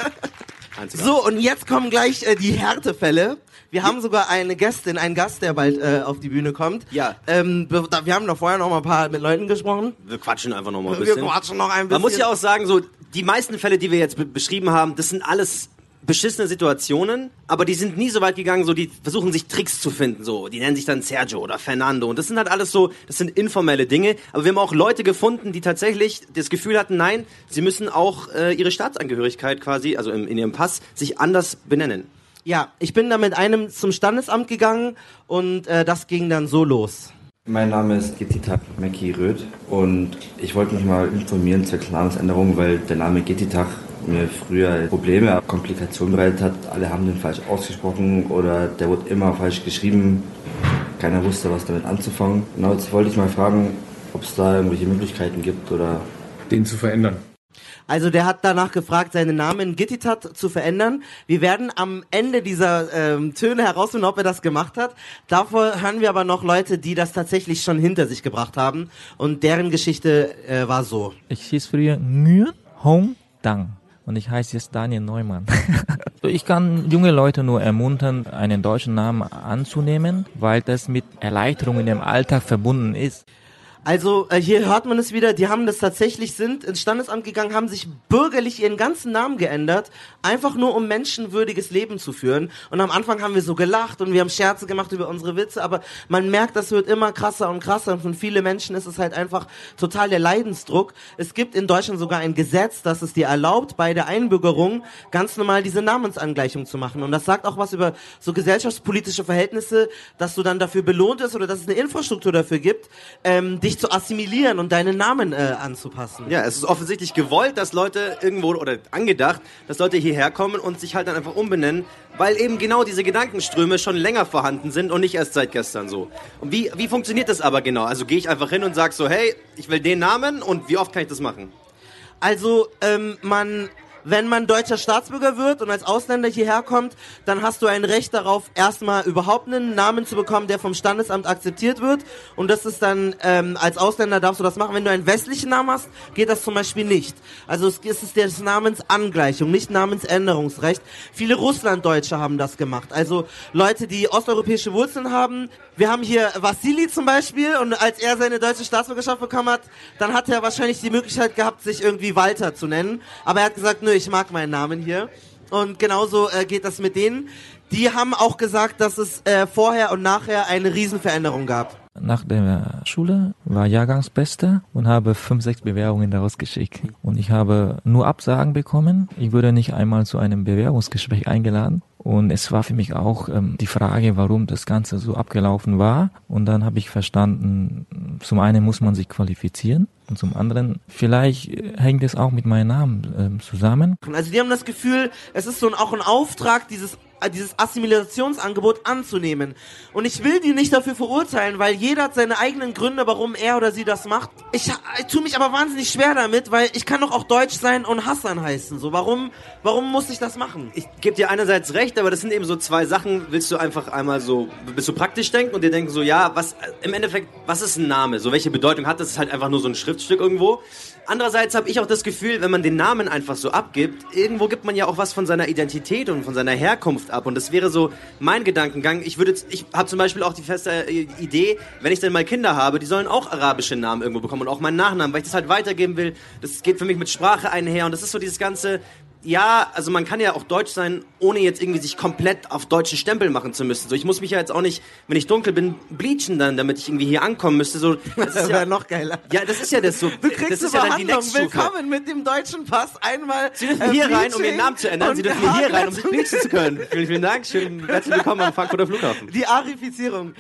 So, und jetzt kommen gleich äh, die Härtefälle. Wir haben sogar eine Gästin, einen Gast, der bald äh, auf die Bühne kommt. Ja. Ähm, wir haben doch vorher noch mal ein paar mit Leuten gesprochen. Wir quatschen einfach noch mal ein bisschen. Wir quatschen noch ein bisschen. Man muss ja auch sagen, so die meisten Fälle, die wir jetzt be- beschrieben haben, das sind alles beschissene Situationen, aber die sind nie so weit gegangen, so die versuchen sich Tricks zu finden, so die nennen sich dann Sergio oder Fernando und das sind halt alles so, das sind informelle Dinge, aber wir haben auch Leute gefunden, die tatsächlich das Gefühl hatten, nein, sie müssen auch äh, ihre Staatsangehörigkeit quasi, also im, in ihrem Pass, sich anders benennen. Ja, ich bin da mit einem zum Standesamt gegangen und äh, das ging dann so los. Mein Name ist Getitak Meki Röth und ich wollte mich mal informieren zur Namensänderung, weil der Name Getitak mir früher Probleme, Komplikationen bereitet hat. Alle haben den falsch ausgesprochen oder der wurde immer falsch geschrieben. Keiner wusste, was damit anzufangen. Genau, jetzt wollte ich mal fragen, ob es da irgendwelche Möglichkeiten gibt oder den zu verändern. Also der hat danach gefragt, seinen Namen in Getitat zu verändern. Wir werden am Ende dieser ähm, Töne herausfinden, ob er das gemacht hat. Davor hören wir aber noch Leute, die das tatsächlich schon hinter sich gebracht haben. Und deren Geschichte äh, war so. Ich hieß früher Nguyen Hong Dang. Und ich heiße jetzt Daniel Neumann. Ich kann junge Leute nur ermuntern, einen deutschen Namen anzunehmen, weil das mit Erleichterung in dem Alltag verbunden ist. Also äh, hier hört man es wieder, die haben das tatsächlich, sind ins Standesamt gegangen, haben sich bürgerlich ihren ganzen Namen geändert, einfach nur um menschenwürdiges Leben zu führen. Und am Anfang haben wir so gelacht und wir haben Scherze gemacht über unsere Witze, aber man merkt, das wird immer krasser und krasser und für viele Menschen ist es halt einfach total der Leidensdruck. Es gibt in Deutschland sogar ein Gesetz, das es dir erlaubt, bei der Einbürgerung ganz normal diese Namensangleichung zu machen. Und das sagt auch was über so gesellschaftspolitische Verhältnisse, dass du dann dafür belohnt wirst oder dass es eine Infrastruktur dafür gibt, ähm, dich zu assimilieren und deinen Namen äh, anzupassen. Ja, es ist offensichtlich gewollt, dass Leute irgendwo, oder angedacht, dass Leute hierher kommen und sich halt dann einfach umbenennen, weil eben genau diese Gedankenströme schon länger vorhanden sind und nicht erst seit gestern so. Und wie, wie funktioniert das aber genau? Also gehe ich einfach hin und sage so, hey, ich will den Namen und wie oft kann ich das machen? Also, ähm, man... Wenn man deutscher Staatsbürger wird und als Ausländer hierher kommt, dann hast du ein Recht darauf, erstmal überhaupt einen Namen zu bekommen, der vom Standesamt akzeptiert wird. Und das ist dann, ähm, als Ausländer darfst du das machen. Wenn du einen westlichen Namen hast, geht das zum Beispiel nicht. Also es ist der Namensangleichung, nicht Namensänderungsrecht. Viele Russlanddeutsche haben das gemacht. Also Leute, die osteuropäische Wurzeln haben. Wir haben hier Vassili zum Beispiel und als er seine deutsche Staatsbürgerschaft bekommen hat, dann hat er wahrscheinlich die Möglichkeit gehabt, sich irgendwie Walter zu nennen. Aber er hat gesagt, nö, ich mag meinen Namen hier. Und genauso äh, geht das mit denen. Die haben auch gesagt, dass es äh, vorher und nachher eine Riesenveränderung gab. Nach der Schule war Jahrgangsbester und habe fünf, sechs Bewerbungen daraus geschickt. Und ich habe nur Absagen bekommen. Ich wurde nicht einmal zu einem Bewerbungsgespräch eingeladen. Und es war für mich auch ähm, die Frage, warum das Ganze so abgelaufen war. Und dann habe ich verstanden, zum einen muss man sich qualifizieren. Und zum anderen, vielleicht hängt es auch mit meinem Namen äh, zusammen. Also die haben das Gefühl, es ist so ein, auch ein Auftrag, dieses dieses Assimilationsangebot anzunehmen. Und ich will die nicht dafür verurteilen, weil jeder hat seine eigenen Gründe, warum er oder sie das macht. Ich, ich tue mich aber wahnsinnig schwer damit, weil ich kann doch auch Deutsch sein und Hassan heißen. So, warum, warum muss ich das machen? Ich gebe dir einerseits recht, aber das sind eben so zwei Sachen. Willst du einfach einmal so, willst du praktisch denken und dir denken so, ja, was, im Endeffekt, was ist ein Name? So, welche Bedeutung hat das? Das ist halt einfach nur so ein Schriftstück irgendwo. Andererseits habe ich auch das Gefühl, wenn man den Namen einfach so abgibt, irgendwo gibt man ja auch was von seiner Identität und von seiner Herkunft ab. Und das wäre so mein Gedankengang. Ich würde, ich habe zum Beispiel auch die feste Idee, wenn ich denn mal Kinder habe, die sollen auch arabische Namen irgendwo bekommen und auch meinen Nachnamen, weil ich das halt weitergeben will. Das geht für mich mit Sprache einher und das ist so dieses ganze... Ja, also man kann ja auch deutsch sein, ohne jetzt irgendwie sich komplett auf deutschen Stempel machen zu müssen. So, ich muss mich ja jetzt auch nicht, wenn ich dunkel bin, bleachen dann, damit ich irgendwie hier ankommen müsste. So, das ist ja noch geiler. Ja, das ist ja das so. Du kriegst das ist eine ja dann die Behandlung. Next-Stufe. Willkommen mit dem deutschen Pass. Einmal Sie dürfen hier äh, rein, um ihren Namen zu ändern. Sie dürfen hier rein, um sich bleachen zu können. Vielen, vielen Dank. Schön, herzlich willkommen am Frankfurter Flughafen. Die Arifizierung.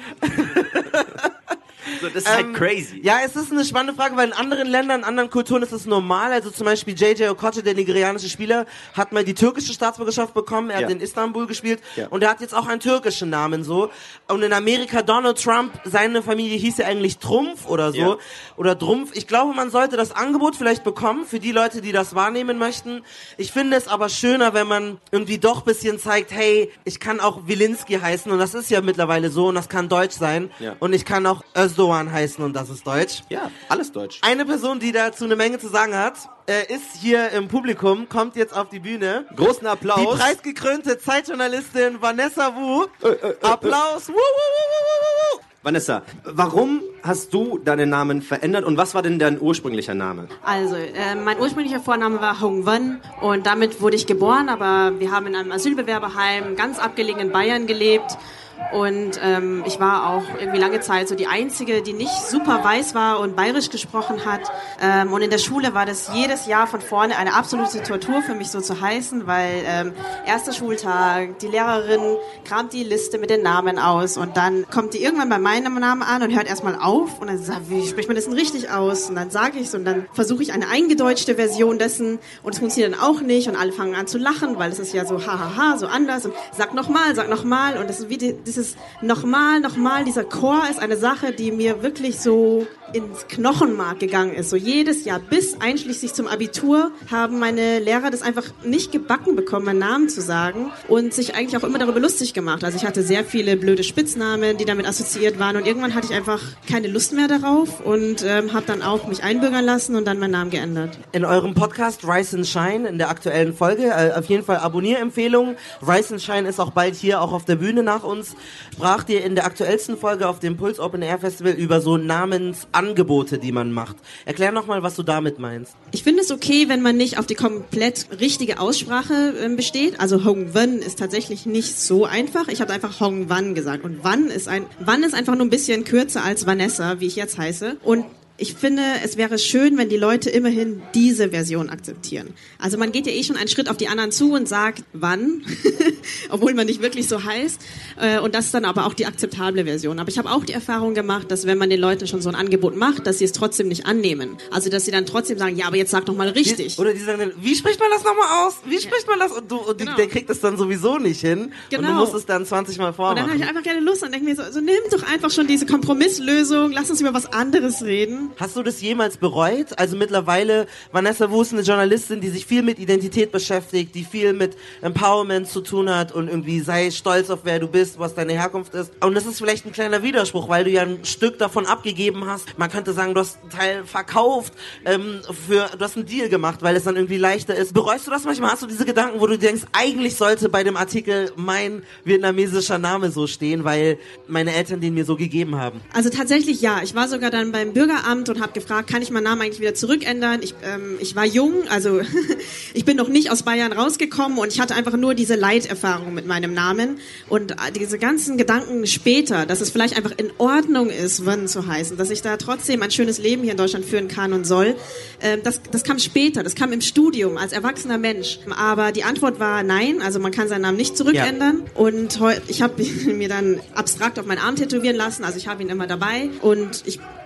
So, das ist halt ähm, crazy. Ja, es ist eine spannende Frage, weil in anderen Ländern, in anderen Kulturen ist es normal. Also zum Beispiel J J Okocha, der nigerianische Spieler, hat mal die türkische Staatsbürgerschaft bekommen. Er ja. hat in Istanbul gespielt ja. und er hat jetzt auch einen türkischen Namen so. Und in Amerika Donald Trump, seine Familie hieß ja eigentlich Trumpf oder so. Ja. Oder Drumpf. Ich glaube, man sollte das Angebot vielleicht bekommen für die Leute, die das wahrnehmen möchten. Ich finde es aber schöner, wenn man irgendwie doch ein bisschen zeigt, hey, ich kann auch Wilinski heißen und das ist ja mittlerweile so und das kann deutsch sein. Ja. Und ich kann auch Özdoğan heißen und das ist deutsch. Ja, alles deutsch. Eine Person, die dazu eine Menge zu sagen hat, äh, ist hier im Publikum, kommt jetzt auf die Bühne. Großen Applaus. Die preisgekrönte Zeitjournalistin Vanessa Wu. Äh, äh, Applaus. Wuh, wuh, wuh, wuh, wuh. Vanessa, warum hast du deinen Namen verändert und was war denn dein ursprünglicher Name? Also, äh, mein ursprünglicher Vorname war Hong Wen und damit wurde ich geboren, aber wir haben in einem Asylbewerberheim ganz abgelegen in Bayern gelebt. Und ähm, ich war auch irgendwie lange Zeit so die Einzige, die nicht super weiß war und bayerisch gesprochen hat. Ähm, und in der Schule war das jedes Jahr von vorne eine absolute Tortur für mich so zu heißen, weil ähm, erster Schultag, die Lehrerin kramt die Liste mit den Namen aus und dann kommt die irgendwann bei meinem Namen an und hört erstmal auf und dann sagt, wie spricht man das denn richtig aus? Und dann sage ich es und dann versuche ich eine eingedeutschte Version dessen und es funktioniert dann auch nicht und alle fangen an zu lachen, weil es ist ja so hahaha, so anders und sag nochmal, sag nochmal und das ist wie die, dieses nochmal, nochmal, dieser Chor ist eine Sache, die mir wirklich so ins Knochenmark gegangen ist. So jedes Jahr bis einschließlich zum Abitur haben meine Lehrer das einfach nicht gebacken bekommen, meinen Namen zu sagen und sich eigentlich auch immer darüber lustig gemacht. Also ich hatte sehr viele blöde Spitznamen, die damit assoziiert waren und irgendwann hatte ich einfach keine Lust mehr darauf und ähm, habe dann auch mich einbürgern lassen und dann meinen Namen geändert. In eurem Podcast Rise and Shine, in der aktuellen Folge, äh, auf jeden Fall Abonnierempfehlung. Rise and Shine ist auch bald hier, auch auf der Bühne nach uns. Spracht ihr in der aktuellsten Folge auf dem Puls Open Air Festival über so Namensangebote, die man macht. Erklär nochmal, was du damit meinst. Ich finde es okay, wenn man nicht auf die komplett richtige Aussprache äh, besteht. Also Hong Wen ist tatsächlich nicht so einfach. Ich habe einfach Hong Wan gesagt. Und Wan ist ein, Wan ist einfach nur ein bisschen kürzer als Vanessa, wie ich jetzt heiße. Und ich finde, es wäre schön, wenn die Leute immerhin diese Version akzeptieren. Also man geht ja eh schon einen Schritt auf die anderen zu und sagt, wann, obwohl man nicht wirklich so heißt. Und das ist dann aber auch die akzeptable Version. Aber ich habe auch die Erfahrung gemacht, dass wenn man den Leuten schon so ein Angebot macht, dass sie es trotzdem nicht annehmen. Also dass sie dann trotzdem sagen, ja, aber jetzt sag doch mal richtig. Die, oder die sagen dann, wie spricht man das nochmal aus? Wie spricht man das? Und, du, und genau. die, der kriegt das dann sowieso nicht hin. Genau. Und du musst es dann zwanzig Mal vormachen. Und dann habe ich einfach keine Lust und denke mir so, so nimm doch einfach schon diese Kompromisslösung, lass uns über was anderes reden. Hast du das jemals bereut? Also mittlerweile, Vanessa Wu ist eine Journalistin, die sich viel mit Identität beschäftigt, die viel mit Empowerment zu tun hat und irgendwie sei stolz auf wer du bist, was deine Herkunft ist. Und das ist vielleicht ein kleiner Widerspruch, weil du ja ein Stück davon abgegeben hast. Man könnte sagen, du hast einen Teil verkauft, ähm, für, du hast einen Deal gemacht, weil es dann irgendwie leichter ist. Bereust du das manchmal? Hast du diese Gedanken, wo du denkst, eigentlich sollte bei dem Artikel mein vietnamesischer Name so stehen, weil meine Eltern den mir so gegeben haben? Also tatsächlich ja. Ich war sogar dann beim Bürgeramt und habe gefragt, kann ich meinen Namen eigentlich wieder zurückändern? Ich, ähm, ich war jung, also ich bin noch nicht aus Bayern rausgekommen und ich hatte einfach nur diese Leiterfahrung mit meinem Namen und diese ganzen Gedanken später, dass es vielleicht einfach in Ordnung ist, Wen zu heißen, dass ich da trotzdem ein schönes Leben hier in Deutschland führen kann und soll, äh, das, das kam später, das kam im Studium als erwachsener Mensch. Aber die Antwort war nein, also man kann seinen Namen nicht zurückändern ja. Und heu- ich habe mir dann abstrakt auf meinen Arm tätowieren lassen, also ich habe ihn immer dabei und ich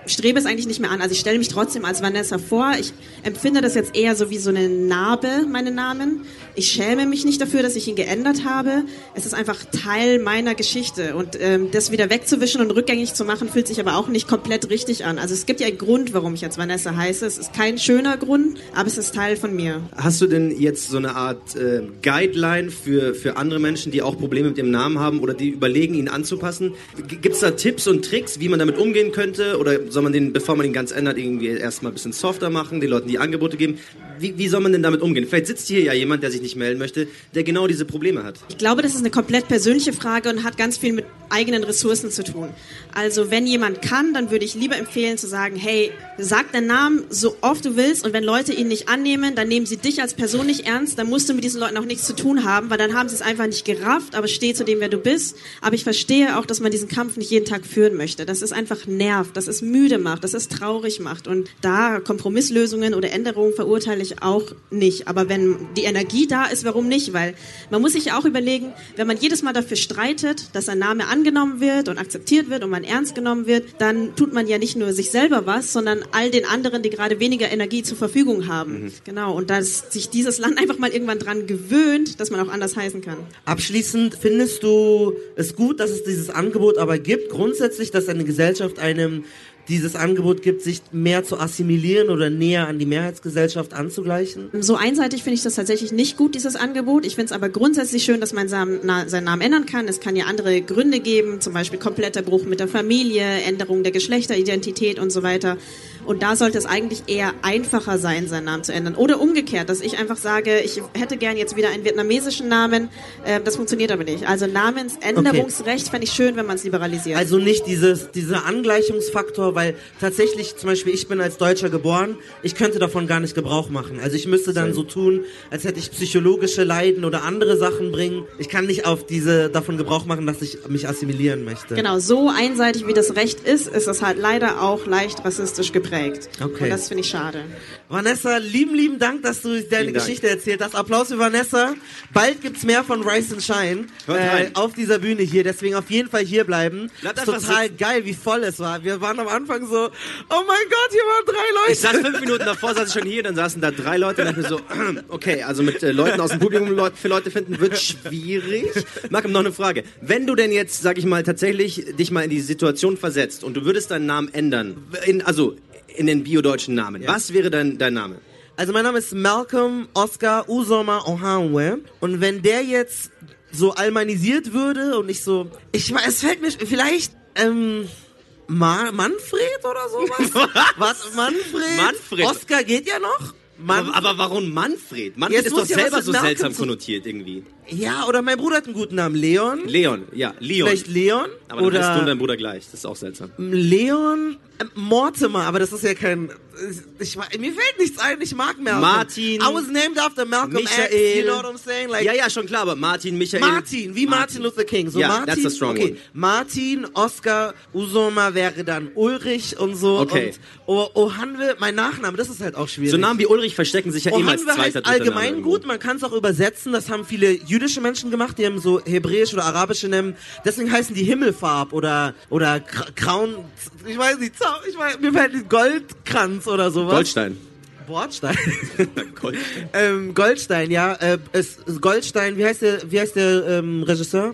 strebe es eigentlich nicht mehr an. Also ich stelle mich trotzdem als Vanessa vor. Ich empfinde das jetzt eher so wie so eine Narbe, meinen Namen. Ich schäme mich nicht dafür, dass ich ihn geändert habe. Es ist einfach Teil meiner Geschichte. Und ähm, das wieder wegzuwischen und rückgängig zu machen, fühlt sich aber auch nicht komplett richtig an. Also es gibt ja einen Grund, warum ich jetzt Vanessa heiße. Es ist kein schöner Grund, aber es ist Teil von mir. Hast du denn jetzt so eine Art äh, Guideline für, für andere Menschen, die auch Probleme mit ihrem Namen haben oder die überlegen, ihn anzupassen? Gibt es da Tipps und Tricks, wie man damit umgehen könnte? Oder soll man den, bevor man ihn ganz ändert, irgendwie erstmal ein bisschen softer machen, den Leuten die Angebote geben? Wie, wie soll man denn damit umgehen? Vielleicht sitzt hier ja jemand, der sich nicht melden möchte, der genau diese Probleme hat. Ich glaube, das ist eine komplett persönliche Frage und hat ganz viel mit eigenen Ressourcen zu tun. Also wenn jemand kann, dann würde ich lieber empfehlen zu sagen, hey, sag deinen Namen so oft du willst und wenn Leute ihn nicht annehmen, dann nehmen sie dich als Person nicht ernst, dann musst du mit diesen Leuten auch nichts zu tun haben, weil dann haben sie es einfach nicht gerafft, aber steh zu dem, wer du bist. Aber ich verstehe auch, dass man diesen Kampf nicht jeden Tag führen möchte. Das ist einfach nervt, das ist müde macht, das ist traurig macht und da Kompromisslösungen oder Änderungen verurteile ich auch nicht. Aber wenn die Energie da ist, warum nicht? Weil man muss sich ja auch überlegen, wenn man jedes Mal dafür streitet, dass ein Name angenommen wird und akzeptiert wird und man ernst genommen wird, dann tut man ja nicht nur sich selber was, sondern all den anderen, die gerade weniger Energie zur Verfügung haben. Mhm. Genau. Und dass sich dieses Land einfach mal irgendwann dran gewöhnt, dass man auch anders heißen kann. Abschließend, findest du es gut, dass es dieses Angebot aber gibt, grundsätzlich, dass eine Gesellschaft einem dieses Angebot gibt, sich mehr zu assimilieren oder näher an die Mehrheitsgesellschaft anzugleichen? So einseitig finde ich das tatsächlich nicht gut, dieses Angebot. Ich finde es aber grundsätzlich schön, dass man seinen Namen ändern kann. Es kann ja andere Gründe geben, zum Beispiel kompletter Bruch mit der Familie, Änderung der Geschlechteridentität und so weiter. Und da sollte es eigentlich eher einfacher sein, seinen Namen zu ändern. Oder umgekehrt, dass ich einfach sage, ich hätte gern jetzt wieder einen vietnamesischen Namen. Äh, das funktioniert aber nicht. Also Namensänderungsrecht okay. fände ich schön, wenn man es liberalisiert. Also nicht dieses, dieser Angleichungsfaktor, weil tatsächlich, zum Beispiel, ich bin als Deutscher geboren, ich könnte davon gar nicht Gebrauch machen. Also ich müsste dann so tun, als hätte ich psychologische Leiden oder andere Sachen bringen. Ich kann nicht auf diese davon Gebrauch machen, dass ich mich assimilieren möchte. Genau, so einseitig wie das Recht ist, ist es halt leider auch leicht rassistisch geprägt. Okay. Und das finde ich schade. Vanessa, lieben, lieben Dank, dass du deine Geschichte erzählt hast. Applaus für Vanessa. Bald gibt's mehr von Rise and Shine äh, auf dieser Bühne hier. Deswegen auf jeden Fall hier bleiben. Bleibt total sitzen. Geil, wie voll es war. Wir waren am Anfang so, oh mein Gott, hier waren drei Leute. Ich saß fünf Minuten davor, saß ich schon hier, dann saßen da drei Leute und dachte mir so, okay, also mit äh, Leuten aus dem Publikum Leute, für Leute finden wird schwierig. Malcolm, noch eine Frage. Wenn du denn jetzt, sag ich mal, tatsächlich dich mal in die Situation versetzt und du würdest deinen Namen ändern, in, also in den biodeutschen Namen. Ja. Was wäre dein, dein Name? Also mein Name ist Malcolm Oscar Uzoma Ohanwe und wenn der jetzt so almanisiert würde und ich so, ich es fällt mir vielleicht ähm, Ma- Manfred oder sowas? Was? Manfred? Manfred. Oscar geht ja noch? Aber, aber warum Manfred? Manfred ist doch ja selber so seltsam konnotiert irgendwie. Ja, oder mein Bruder hat einen guten Namen. Leon? Leon, ja, Leon. Vielleicht Leon? Aber oder dann heißt du und dein Bruder gleich. Das ist auch seltsam. Leon? Äh, Mortimer, aber das ist ja kein... Ich, ich, mir fällt nichts ein, ich mag Malcolm. Martin. I was named after Malcolm Michael. X, you know what I'm saying? Like, ja, ja, schon klar, aber Martin, Michael... Martin, wie Martin, Martin Luther King. So ja, Martin, that's a strong okay. one. Martin, Oscar, Uzoma wäre dann Ulrich und so. Okay. Und Ohanwe, mein Nachname, das ist halt auch schwierig. So Namen wie Ulrich verstecken sich ja immer als zweiter, dritter allgemein Name gut, man kann es auch übersetzen, das haben viele jüdische Menschen gemacht, die haben so hebräisch oder arabische Namen, deswegen heißen die Himmelfarb oder oder Kraun, ich weiß nicht, ich weiß, mir fällt nicht Goldkranz oder sowas. Goldstein. Bordstein. Goldstein. ähm, Goldstein, ja, äh, es, Goldstein, wie heißt der, wie heißt der ähm, Regisseur?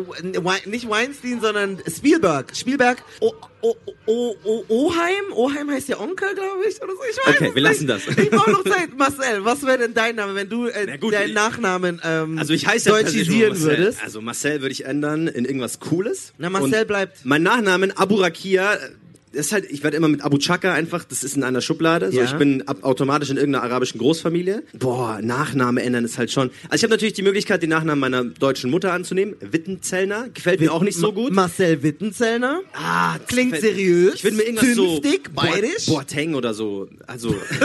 Nicht Weinstein, sondern Spielberg. Spielberg. O, o, o, o, Oheim? Oheim heißt der Onkel, glaube ich. Oder so. Ich weiß okay, es wir lassen nicht. das. Ich brauche noch Zeit. Marcel, was wäre denn dein Name, wenn du äh, gut, deinen Nachnamen ähm, also ich heiße ja deutschisieren Marcel. würdest? Also Marcel würde ich ändern in irgendwas Cooles. Na, Marcel Und bleibt. Mein Nachnamen, Abu Rakia, das ist halt, ich werde immer mit Abu Chaka einfach, das ist in einer Schublade. So, ja. Ich bin ab, automatisch in irgendeiner arabischen Großfamilie. Boah, Nachname ändern ist halt schon. Also ich habe natürlich die Möglichkeit, den Nachnamen meiner deutschen Mutter anzunehmen. Wittenzellner, gefällt mir auch nicht so gut. Marcel Wittenzellner. Ah, klingt gefällt, seriös. Ich würde mir irgendwas Zünftig, so bayerisch. Boat, Boateng oder so. Also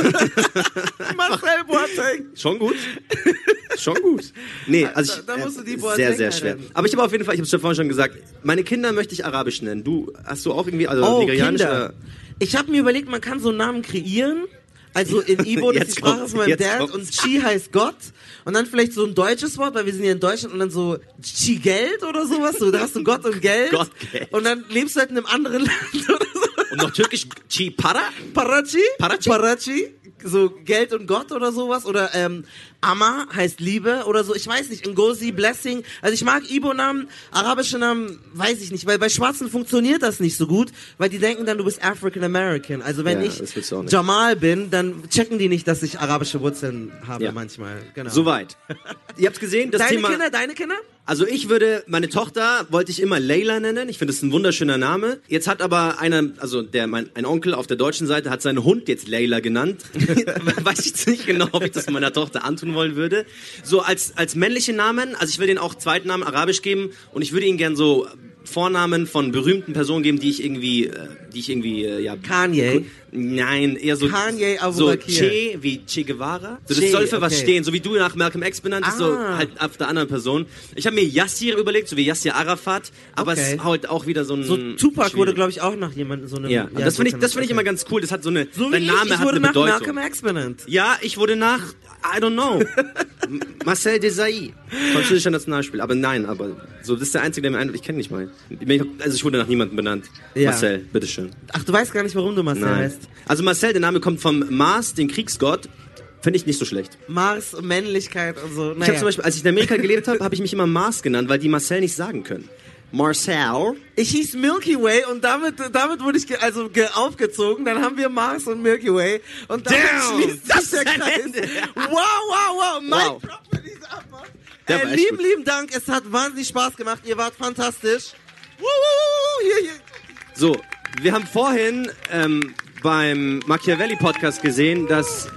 Marcel Boateng. Schon gut. Schon gut. Nee, also ich, da, da musst du die äh, Boateng sehr, sehr schwer. halten. Aber ich habe auf jeden Fall, ich habe es vorhin schon gesagt, meine Kinder möchte ich arabisch nennen. Du, hast du auch irgendwie, also oh, nigerianisch Kinder. oder? Ich habe mir überlegt, man kann so einen Namen kreieren. Also in Ibo, das ist die Sprache von meinem Dad und Chi heißt Gott. Und dann vielleicht so ein deutsches Wort, weil wir sind hier in Deutschland und dann so Chi Geld oder sowas. So, da hast du Gott und Geld. Gott, Geld. Und dann lebst du halt in einem anderen Land oder so. Und noch türkisch Chi Para? Parachi? Parachi? Parachi? So Geld und Gott oder sowas. Oder ähm, Amma heißt Liebe oder so. Ich weiß nicht. Ngozi, Blessing. Also ich mag Ibo-Namen. Arabische Namen weiß ich nicht. Weil bei Schwarzen funktioniert das nicht so gut. Weil die denken dann, du bist African American. Also wenn Ja, ich das willst du auch nicht. Jamal bin, dann checken die nicht, dass ich arabische Wurzeln habe Ja. manchmal. Genau. Soweit. Ihr habt's gesehen, das Deine Thema... Kinder, deine Kinder? Also ich würde, meine Tochter wollte ich immer Leila nennen. Ich finde, das ist ein wunderschöner Name. Jetzt hat aber einer, also der, mein, ein Onkel auf der deutschen Seite hat seinen Hund jetzt Leila genannt. Weiß ich jetzt nicht genau, ob ich das meiner Tochter antun wollen würde. So als, als männliche Namen, also ich würde ihnen auch Zweitnamen arabisch geben und ich würde ihnen gern so Vornamen von berühmten Personen geben, die ich irgendwie, äh, die ich irgendwie, äh, ja. Kanye? Nein, eher so. Kanye so Abubakir. Che, wie Che Guevara. So, das Che, soll für was okay. stehen, so wie du nach Malcolm X benannt bist, so Ah. halt auf der anderen Person. Ich habe mir Yassir überlegt, so wie Yassir Arafat, aber Okay. es ist halt auch wieder so ein. So Tupac schwierig. wurde, glaube ich, auch nach jemandem so einem... Ja, und das finde ich, das finde ich immer ganz cool. Das hat so eine, So wie dein ich, Name ich hat wurde eine nach Bedeutung. Malcolm X benannt. Ja, ich wurde nach, I don't know, M- Marcel Desailly, französischer Nationalspieler. Aber nein, aber so, das ist der einzige, der mir einfällt. Ich kenne nicht mal. Also ich wurde nach niemandem benannt. Ja. Marcel, bitteschön. Ach, du weißt gar nicht, warum du Marcel Nein. heißt. Also Marcel, der Name kommt vom Mars, den Kriegsgott. Finde ich nicht so schlecht. Mars, Männlichkeit und so. Ich Naja. habe zum Beispiel, als ich in Amerika gelebt habe, habe ich mich immer Mars genannt, weil die Marcel nicht sagen können. Marcel. Ich hieß Milky Way und damit, damit wurde ich ge also ge aufgezogen. Dann haben wir Mars und Milky Way. Und damit Damn, schließt das sich der ist ein Kreis. Ende. Wow, wow, wow. Mein Wow. Prop für diese Abmachung. Der war Äh, echt lieben, gut. lieben Dank. Es hat wahnsinnig Spaß gemacht. Ihr wart fantastisch. Woo, woo, woo, hier, hier. So, wir haben vorhin ähm, beim Machiavelli-Podcast gesehen, dass... Äh,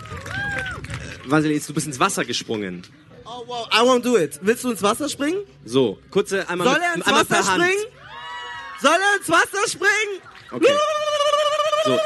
Vasili, du bist ins Wasser gesprungen. Oh, wow. I won't do it. Willst du ins Wasser springen? So, kurze einmal Soll mit, er ins einmal Wasser per Hand. springen? Soll er ins Wasser springen? Okay. So.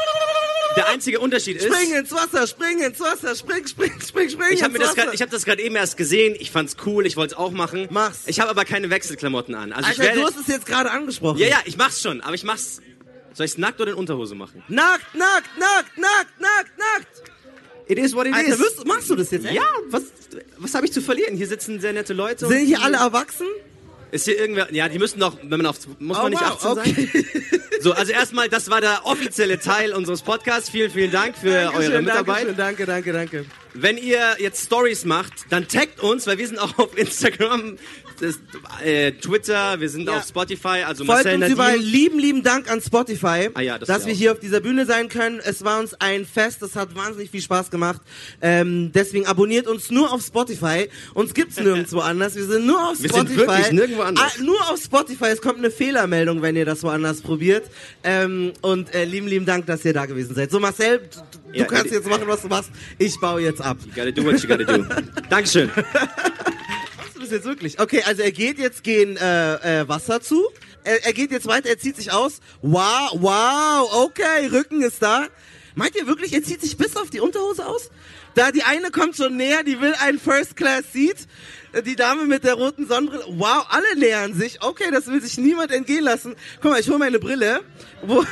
Der einzige Unterschied ist... Spring ins Wasser, spring ins Wasser, spring, spring, spring, spring Ich habe ins das Wasser. grad, ich hab das gerade eben erst gesehen. Ich fand's cool. Ich wollte es auch machen. Mach's. Ich habe aber keine Wechselklamotten an. Also Alter, ich werde, du hast es jetzt gerade angesprochen. ja, ja, ich mach's schon. Aber ich mach's... Soll ich's nackt oder in Unterhose machen? Nackt, nackt, nackt, nackt, nackt, nackt. It is what it Alter, is. wirst, machst du das jetzt echt? Ja, was, was habe ich zu verlieren? Hier sitzen sehr nette Leute. Sind und hier die- alle erwachsen? Ist hier irgendwer... Ja, die müssen doch... Wenn man auf, muss Oh, man nicht wow, achtzehn okay. sein? So, also erstmal, das war der offizielle Teil unseres Podcasts. Vielen, vielen Dank für Dankeschön, eure Mitarbeit. Dankeschön, danke, danke, danke. Wenn ihr jetzt Stories macht, dann taggt uns, weil wir sind auch auf Instagram, das, äh, Twitter, wir sind Ja. auf Spotify, also Folgt Marcel uns überall. Nadim. Lieben, lieben Dank an Spotify, Ah ja, das dass wir wir auch. hier auf dieser Bühne sein können. Es war uns ein Fest, es hat wahnsinnig viel Spaß gemacht. Ähm, deswegen abonniert uns nur auf Spotify. Uns gibt's nirgendwo anders. Wir sind nur auf Wir sind Spotify. wirklich nirgendwo anders. Ah, nur auf Spotify. Es kommt eine Fehlermeldung, wenn ihr das woanders probiert. Ähm, und äh, lieben, lieben Dank, dass ihr da gewesen seid. So Marcel, du, du Ja, kannst die- jetzt machen, was du machst. Ich baue jetzt ab. You gotta do what you gotta do. Dankeschön. Machst du das jetzt wirklich? Okay, also er geht jetzt gegen äh, äh, Wasser zu. Er, er geht jetzt weiter, er zieht sich aus. Wow, wow, okay, Rücken ist da. Meint ihr wirklich, er zieht sich bis auf die Unterhose aus? Da die eine kommt schon näher, die will einen First Class Seat. Die Dame mit der roten Sonnenbrille. Wow, alle nähern sich. Okay, das will sich niemand entgehen lassen. Guck mal, ich hole meine Brille. Wo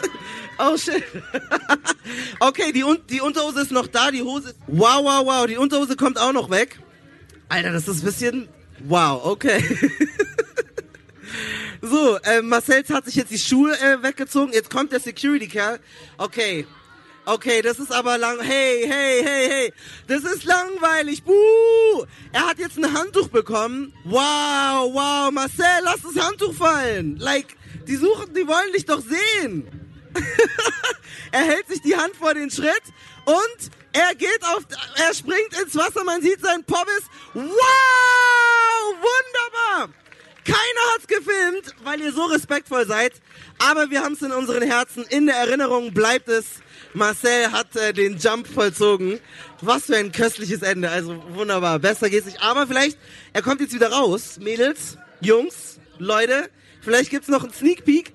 oh shit. Okay, die, Un die Unterhose ist noch da, die Hose... Wow, wow, wow, die Unterhose kommt auch noch weg. Alter, das ist ein bisschen... Wow, okay. So, äh, Marcel hat sich jetzt die Schuhe äh, weggezogen. Jetzt kommt der Security-Kerl. Okay. Okay, das ist aber lang... Hey, hey, hey, hey. Das ist langweilig. Buh! Er hat jetzt ein Handtuch bekommen. Wow, wow. Marcel, lass das Handtuch fallen. Like, die suchen, die wollen dich doch sehen. Er hält sich die Hand vor den Schritt und er geht auf, er springt ins Wasser, man sieht seinen Pobbes. Wow, wunderbar. Keiner hat's gefilmt, weil ihr so respektvoll seid, aber wir haben's in unseren Herzen, in der Erinnerung bleibt es. Marcel hat äh, den Jump vollzogen. Was für ein köstliches Ende, also wunderbar, besser geht's nicht. Aber vielleicht, er kommt jetzt wieder raus, Mädels, Jungs, Leute, vielleicht gibt's noch einen Sneak Peek.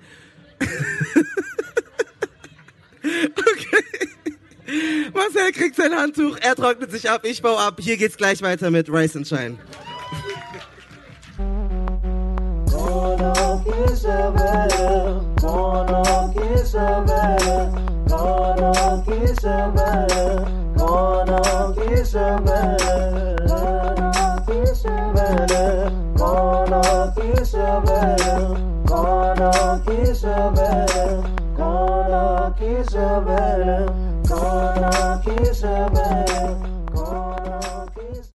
Okay. Marcel kriegt sein Handtuch, er trocknet sich ab, ich baue ab. Hier geht's gleich weiter mit Rise and Shine. Gonna Welle, Corona Welle, Corona